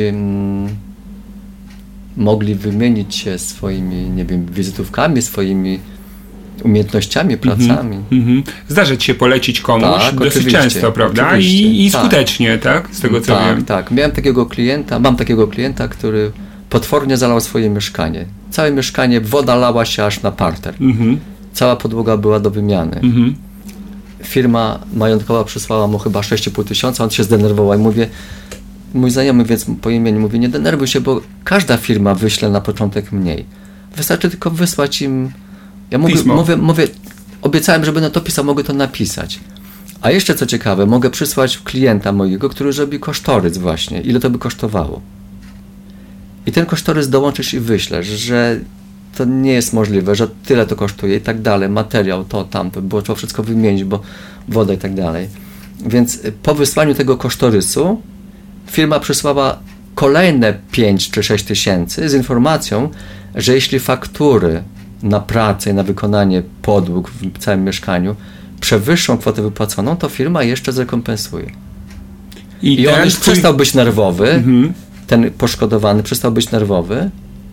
B: mogli wymienić się swoimi, nie wiem, wizytówkami, swoimi umiejętnościami, pracami.
A: Zdarza ci się polecić komuś dosyć często, prawda? I skutecznie, tak? Z tego co wiem.
B: Tak. Mam takiego klienta, który potwornie zalał swoje mieszkanie. Całe mieszkanie, woda lała się aż na parter. Cała podłoga była do wymiany. Firma majątkowa przysłała mu chyba 6,5 tysiąca, on się zdenerwował i mówię, mój znajomy, więc po imieniu mówi, nie denerwuj się, bo każda firma wyśle na początek mniej. Wystarczy tylko wysłać im. Ja mówię, obiecałem, że będę to pisał, mogę to napisać. A jeszcze co ciekawe, mogę przysłać klienta mojego, który zrobi kosztorys właśnie, ile to by kosztowało. I ten kosztorys dołączysz i wyślesz, że to nie jest możliwe, że tyle to kosztuje i tak dalej, materiał, to, tamto, było trzeba wszystko wymienić, bo woda i tak dalej. Więc po wysłaniu tego kosztorysu firma przysłała kolejne 5 czy 6 tysięcy z informacją, że jeśli faktury na pracę i na wykonanie podłóg w całym mieszkaniu przewyższą kwotę wypłaconą, to firma jeszcze zrekompensuje. I on już przestał być nerwowy, ten poszkodowany przestał być nerwowy,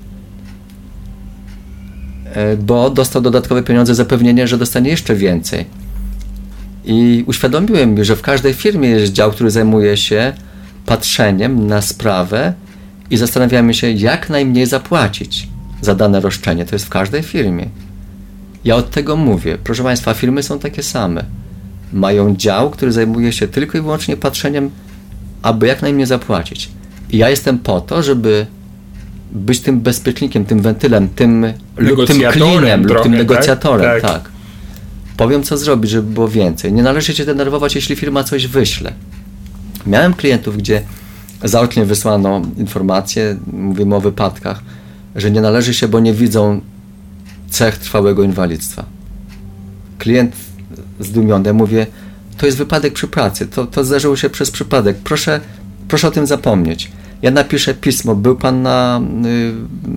B: bo dostał dodatkowe pieniądze, zapewnienie, że dostanie jeszcze więcej. I uświadomiłem mi, że w każdej firmie jest dział, który zajmuje się patrzeniem na sprawę i zastanawiamy się, jak najmniej zapłacić za dane roszczenie. To jest w każdej firmie. Ja od tego mówię. Proszę Państwa, firmy są takie same. Mają dział, który zajmuje się tylko i wyłącznie patrzeniem, aby jak najmniej zapłacić. I ja jestem po to, żeby być tym bezpiecznikiem, tym wentylem, tym klinem, lub tym negocjatorem. Tak. Powiem, co zrobić, żeby było więcej. Nie należy się denerwować, jeśli firma coś wyśle. Miałem klientów, gdzie zaocznie wysłano informacje, mówimy o wypadkach, że nie należy się, bo nie widzą cech trwałego inwalidztwa. Klient zdumiony, mówię, to jest wypadek przy pracy, to zdarzyło się przez przypadek, proszę o tym zapomnieć. Ja napiszę pismo, był pan na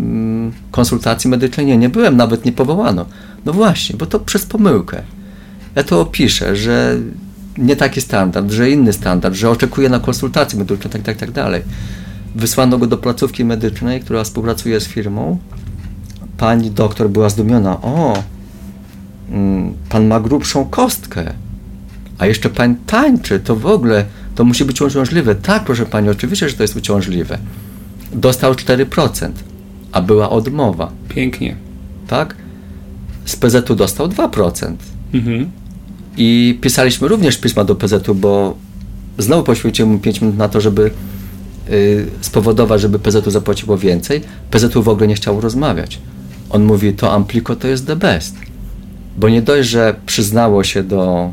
B: konsultacji medycznej? Nie byłem, nawet nie powołano. No właśnie, bo to przez pomyłkę. Ja to opiszę, że nie taki standard, że inny standard, że oczekuje na konsultacje medyczne, tak dalej. Wysłano go do placówki medycznej, która współpracuje z firmą. Pani doktor była zdumiona. Pan ma grubszą kostkę, a jeszcze pan tańczy, to w ogóle, to musi być uciążliwe. Tak, proszę pani, oczywiście, że to jest uciążliwe. Dostał 4%, a była odmowa.
A: Pięknie.
B: Tak? Z PZ-u dostał 2%. I pisaliśmy również pisma do PZ-u, bo znowu poświęciłem mu 5 minut na to, żeby spowodować, żeby PZ-u zapłaciło więcej. PZ-u w ogóle nie chciał rozmawiać. On mówi, to Ampliko to jest the best. Bo nie dość, że przyznało się do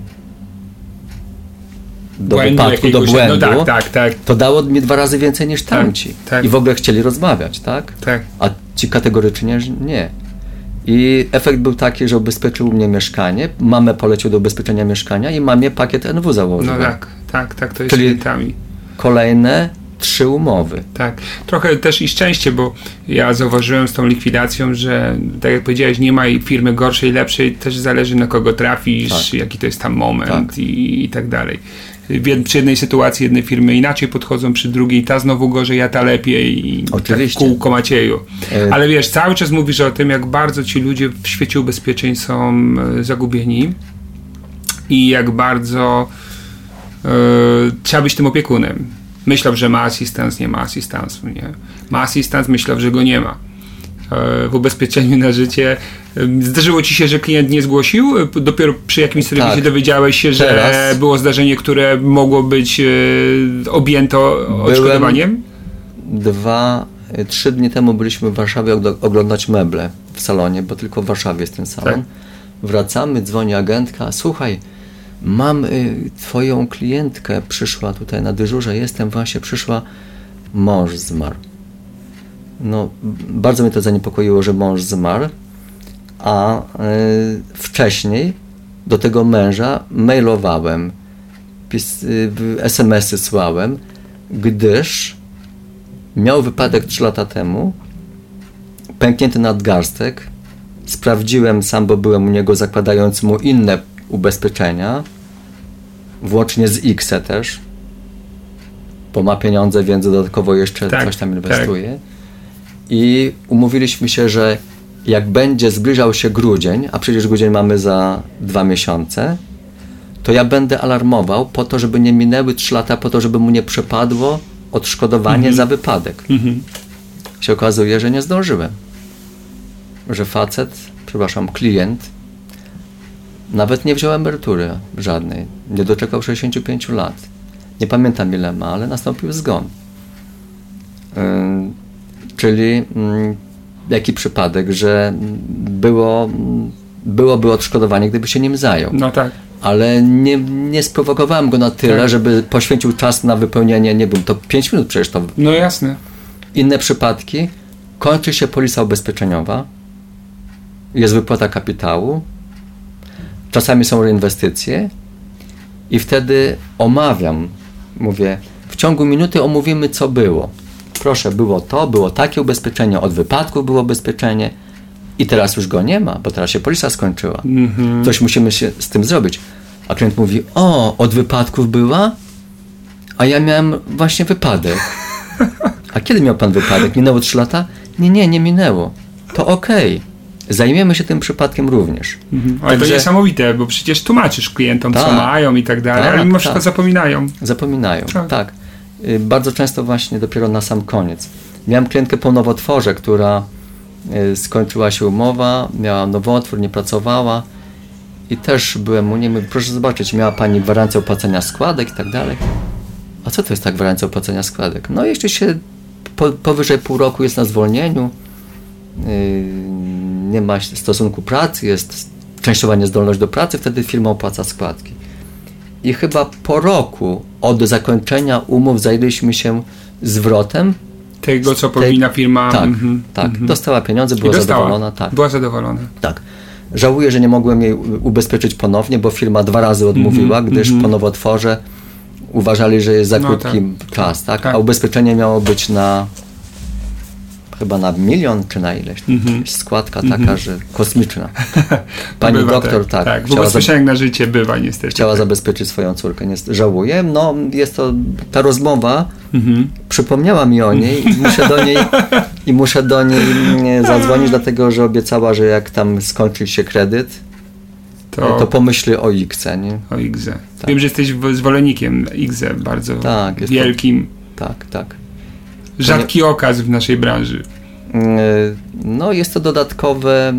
B: wypadku, do błędu,
A: no tak.
B: to dało mi 2 razy więcej niż tamci.
A: Tak.
B: I w ogóle chcieli rozmawiać, tak?
A: Tak.
B: A ci kategorycznie nie. I efekt był taki, że ubezpieczył mnie mieszkanie, mamę polecił do ubezpieczenia mieszkania i mamie pakiet NW założył.
A: No tak, to jest
B: czyli
A: klientami.
B: Kolejne 3 umowy.
A: Tak, trochę też i szczęście, bo ja zauważyłem z tą likwidacją, że tak jak powiedziałeś, nie ma firmy gorszej, lepszej, też zależy na kogo trafisz, jaki to jest tam moment i tak dalej. Przy jednej sytuacji jedne firmy inaczej podchodzą, przy drugiej ta znowu gorzej, a ta lepiej i
B: oczywiście.
A: Tak kółko Macieju. Ale wiesz, cały czas mówisz o tym, jak bardzo ci ludzie w świecie ubezpieczeń są zagubieni i jak bardzo trzeba być tym opiekunem. Myślał, że ma asystans, nie ma asystansu, nie? Ma asystans, myślał, że go nie ma. W ubezpieczeniu na życie zdarzyło ci się, że klient nie zgłosił? Dopiero przy jakimś serwisie dowiedziałeś się, że było zdarzenie, które mogło być objęte odszkodowaniem?
B: 2-3 dni temu byliśmy w Warszawie oglądać meble w salonie, bo tylko w Warszawie jest ten salon. Tak. Wracamy, dzwoni agentka, słuchaj, mam twoją klientkę, przyszła tutaj na dyżurze, przyszła, mąż zmarł. No, bardzo mnie to zaniepokoiło, że mąż zmarł, a wcześniej do tego męża mailowałem, SMS-y słałem, gdyż miał wypadek 3 lata temu, pęknięty nadgarstek, sprawdziłem sam, bo byłem u niego, zakładając mu inne ubezpieczenia, włącznie z X też, bo ma pieniądze, więc dodatkowo jeszcze coś tam inwestuje. I umówiliśmy się, że jak będzie zbliżał się grudzień, a przecież grudzień mamy za 2 miesiące, to ja będę alarmował po to, żeby nie minęły 3 lata, po to, żeby mu nie przepadło odszkodowanie za wypadek. Się okazuje, że nie zdążyłem. Że klient nawet nie wziął emerytury żadnej. Nie doczekał 65 lat. Nie pamiętam ile ma, ale nastąpił zgon. Czyli jaki przypadek, że byłoby odszkodowanie, gdyby się nim zajął.
A: No tak.
B: Ale nie sprowokowałem go na tyle, żeby poświęcił czas na wypełnienie, nie wiem, to 5 minut przecież to...
A: No jasne.
B: Inne przypadki, kończy się polisa ubezpieczeniowa, jest wypłata kapitału, czasami są reinwestycje i wtedy omawiam, mówię, w ciągu minuty omówimy, co było. Proszę, było takie ubezpieczenie, od wypadków było ubezpieczenie i teraz już go nie ma, bo teraz się polisa skończyła. Coś musimy się z tym zrobić. A klient mówi, od wypadków była? A ja miałem właśnie wypadek. A kiedy miał pan wypadek? Minęło 3 lata? Nie minęło. To okej. Zajmiemy się tym przypadkiem również.
A: Ale to niesamowite, bo przecież tłumaczysz klientom, co mają i tak dalej, ale mimo wszystko zapominają.
B: Tak. Bardzo często właśnie dopiero na sam koniec. Miałem klientkę po nowotworze, która skończyła się umowa, miała nowotwór, nie pracowała i też byłem u niej, mówię, proszę zobaczyć, miała pani gwarancję opłacenia składek i tak dalej. A co to jest ta gwarancja opłacenia składek? No jeśli się powyżej pół roku jest na zwolnieniu, nie ma stosunku pracy, jest częściowa niezdolność do pracy, wtedy firma opłaca składki. I chyba po roku od zakończenia umów zajęliśmy się zwrotem
A: tego, co powinna firma...
B: Tak. Dostała pieniądze, była zadowolona. Tak.
A: Była zadowolona.
B: Tak. Żałuję, że nie mogłem jej ubezpieczyć ponownie, bo firma 2 razy odmówiła, gdyż po nowotworze uważali, że jest za krótki czas, tak? A ubezpieczenie miało być na chyba na 1 milion, czy na ileś. Składka taka, że kosmiczna. Pani
A: bywa,
B: doktor,
A: tak. W ubezpieczeniach na życie bywa niestety.
B: Chciała zabezpieczyć swoją córkę. Żałuję. No, jest to, ta rozmowa przypomniała mi o niej i muszę do niej zadzwonić, dlatego, że obiecała, że jak tam skończy się kredyt, to pomyśli o IGZE, nie?
A: O IGZE. Tak. Wiem, że jesteś zwolennikiem IGZE, bardzo wielkim.
B: Tak.
A: Rzadki okaz w naszej branży.
B: No, jest to dodatkowe.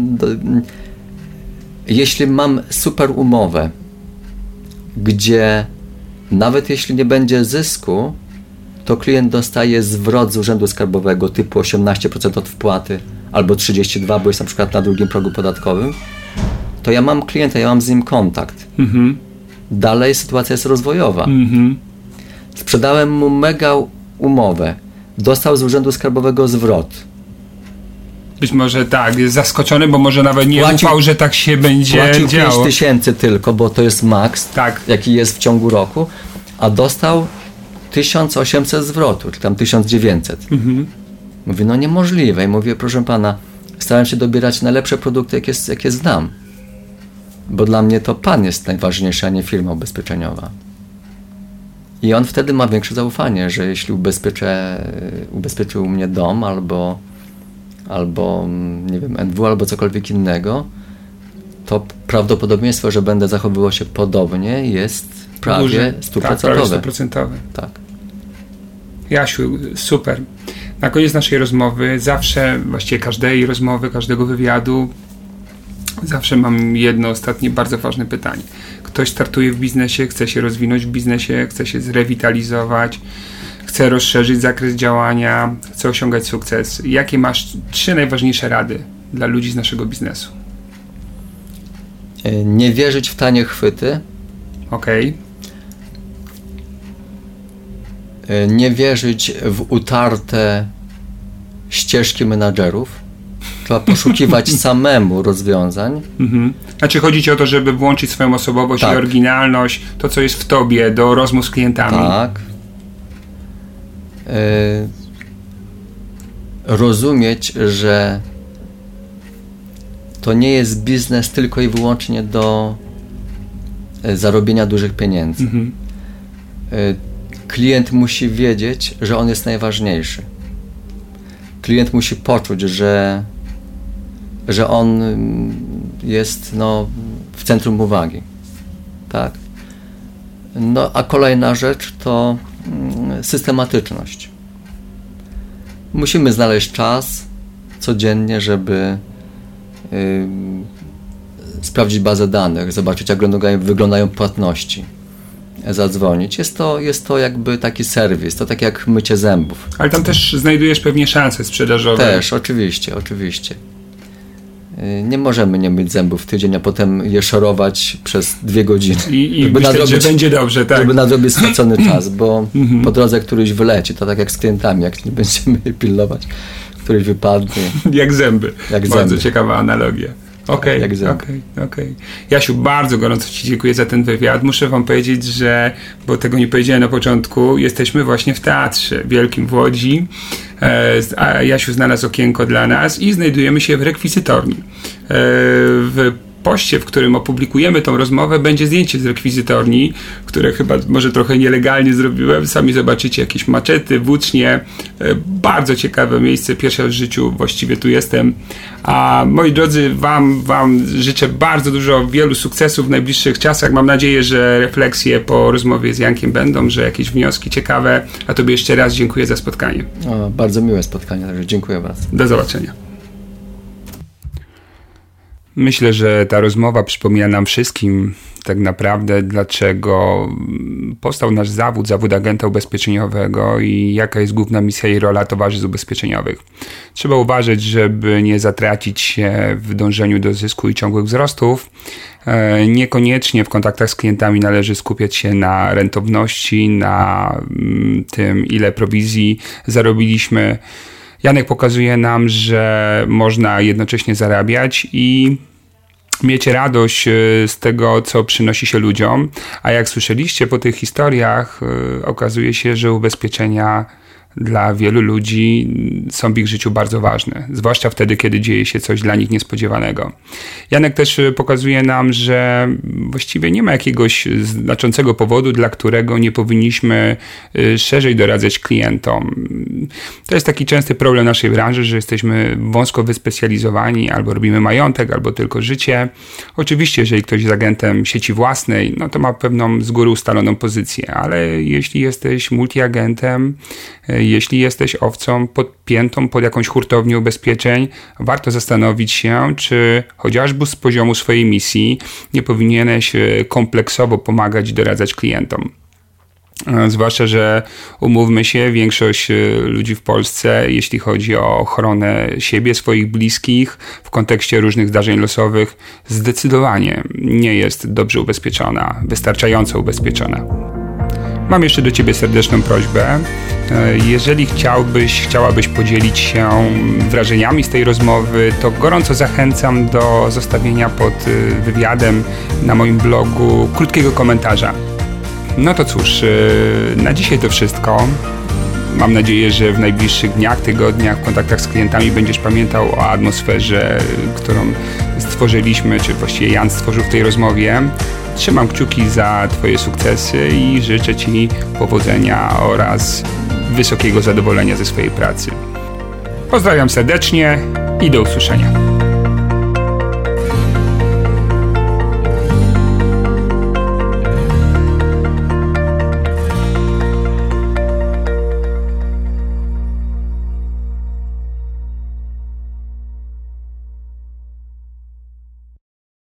B: Jeśli mam super umowę, gdzie nawet jeśli nie będzie zysku, to klient dostaje zwrot z Urzędu Skarbowego typu 18% od wpłaty albo 32%, bo jest na przykład na drugim progu podatkowym, to ja mam klienta, ja mam z nim kontakt. Dalej sytuacja jest rozwojowa. Sprzedałem mu mega umowę. Dostał z Urzędu Skarbowego zwrot. Być
A: może tak, jest zaskoczony, bo może nawet nie ufał, że tak się będzie
B: działo.
A: Płacił
B: 5 000 tylko, bo to jest maks, jaki jest w ciągu roku, a dostał 1800 zwrotu, czy tam 1900. Mówię, no niemożliwe. I mówię, proszę pana, starałem się dobierać najlepsze produkty, jakie znam. Bo dla mnie to pan jest najważniejszy, a nie firma ubezpieczeniowa. I on wtedy ma większe zaufanie, że jeśli ubezpieczył mnie dom albo nie wiem, NW, albo cokolwiek innego, to prawdopodobieństwo, że będę zachowywał się podobnie, jest prawie 100%. Tak.
A: Jasiu, super. Na koniec naszej rozmowy, zawsze, właściwie każdej rozmowy, każdego wywiadu, zawsze mam jedno ostatnie bardzo ważne pytanie. Ktoś startuje w biznesie, chce się rozwinąć w biznesie, chce się zrewitalizować, chce rozszerzyć zakres działania, chce osiągać sukces. Jakie masz 3 najważniejsze rady dla ludzi z naszego biznesu?
B: Nie wierzyć w tanie chwyty.
A: Okej.
B: Nie wierzyć w utarte ścieżki menadżerów. Trzeba poszukiwać samemu rozwiązań.
A: Znaczy chodzi ci o to, żeby włączyć swoją osobowość i oryginalność, to co jest w tobie, do rozmów z klientami.
B: Tak. Rozumieć, że to nie jest biznes tylko i wyłącznie do zarobienia dużych pieniędzy. Klient musi wiedzieć, że on jest najważniejszy. Klient musi poczuć, że on jest w centrum uwagi. Tak? No, a kolejna rzecz to systematyczność. Musimy znaleźć czas codziennie, żeby sprawdzić bazę danych, zobaczyć, jak wyglądają płatności, zadzwonić. Jest to jakby taki serwis, to tak jak mycie zębów.
A: Ale tam też znajdujesz pewnie szanse sprzedażowe.
B: Też, oczywiście. Nie możemy nie myć zębów w tydzień, a potem je szorować przez 2 godziny.
A: I myśleć, że będzie dobrze, tak.
B: Żeby nadrobić stracony czas, bo po drodze któryś wyleci. To tak jak z klientami, jak nie będziemy pilnować, któryś wypadnie.
A: Jak zęby. Bardzo ciekawa analogia. Okej. Jasiu, bardzo gorąco ci dziękuję za ten wywiad. Muszę wam powiedzieć, że, bo tego nie powiedziałem na początku, jesteśmy właśnie w Teatrze Wielkim w Łodzi. A Jasiu znalazł okienko dla nas i znajdujemy się w rekwizytorni. W poście, w którym opublikujemy tą rozmowę, będzie zdjęcie z rekwizytorni, które chyba może trochę nielegalnie zrobiłem. Sami zobaczycie jakieś maczety, włócznie. Bardzo ciekawe miejsce. Pierwszy raz w życiu właściwie tu jestem. A moi drodzy, wam życzę bardzo wielu sukcesów w najbliższych czasach. Mam nadzieję, że refleksje po rozmowie z Jankiem będą, że jakieś wnioski ciekawe. A tobie jeszcze raz dziękuję za spotkanie.
B: Bardzo miłe spotkanie, także dziękuję bardzo.
A: Do zobaczenia. Myślę, że ta rozmowa przypomina nam wszystkim tak naprawdę, dlaczego powstał nasz zawód agenta ubezpieczeniowego i jaka jest główna misja i rola towarzystw ubezpieczeniowych. Trzeba uważać, żeby nie zatracić się w dążeniu do zysku i ciągłych wzrostów. Niekoniecznie w kontaktach z klientami należy skupiać się na rentowności, na tym, ile prowizji zarobiliśmy. Janek pokazuje nam, że można jednocześnie zarabiać i mieć radość z tego, co przynosi się ludziom. A jak słyszeliście po tych historiach, okazuje się, że ubezpieczenia dla wielu ludzi są w ich życiu bardzo ważne, zwłaszcza wtedy, kiedy dzieje się coś dla nich niespodziewanego. Janek też pokazuje nam, że właściwie nie ma jakiegoś znaczącego powodu, dla którego nie powinniśmy szerzej doradzać klientom. To jest taki częsty problem naszej branży, że jesteśmy wąsko wyspecjalizowani, albo robimy majątek, albo tylko życie. Oczywiście, jeżeli ktoś jest agentem sieci własnej, no to ma pewną z góry ustaloną pozycję, ale jeśli jesteś multiagentem, jeśli jesteś owcą podpiętą pod jakąś hurtownię ubezpieczeń, warto zastanowić się, czy chociażby z poziomu swojej misji nie powinieneś kompleksowo pomagać i doradzać klientom. Zwłaszcza, że umówmy się, większość ludzi w Polsce, jeśli chodzi o ochronę siebie, swoich bliskich w kontekście różnych zdarzeń losowych, zdecydowanie nie jest dobrze ubezpieczona, wystarczająco ubezpieczona. Mam jeszcze do Ciebie serdeczną prośbę. Jeżeli chciałabyś podzielić się wrażeniami z tej rozmowy, to gorąco zachęcam do zostawienia pod wywiadem na moim blogu krótkiego komentarza. No to cóż, na dzisiaj to wszystko. Mam nadzieję, że w najbliższych dniach, tygodniach w kontaktach z klientami będziesz pamiętał o atmosferze, którą stworzyliśmy, czy właściwie Jan stworzył w tej rozmowie. Trzymam kciuki za Twoje sukcesy i życzę Ci powodzenia oraz wysokiego zadowolenia ze swojej pracy. Pozdrawiam serdecznie i do usłyszenia.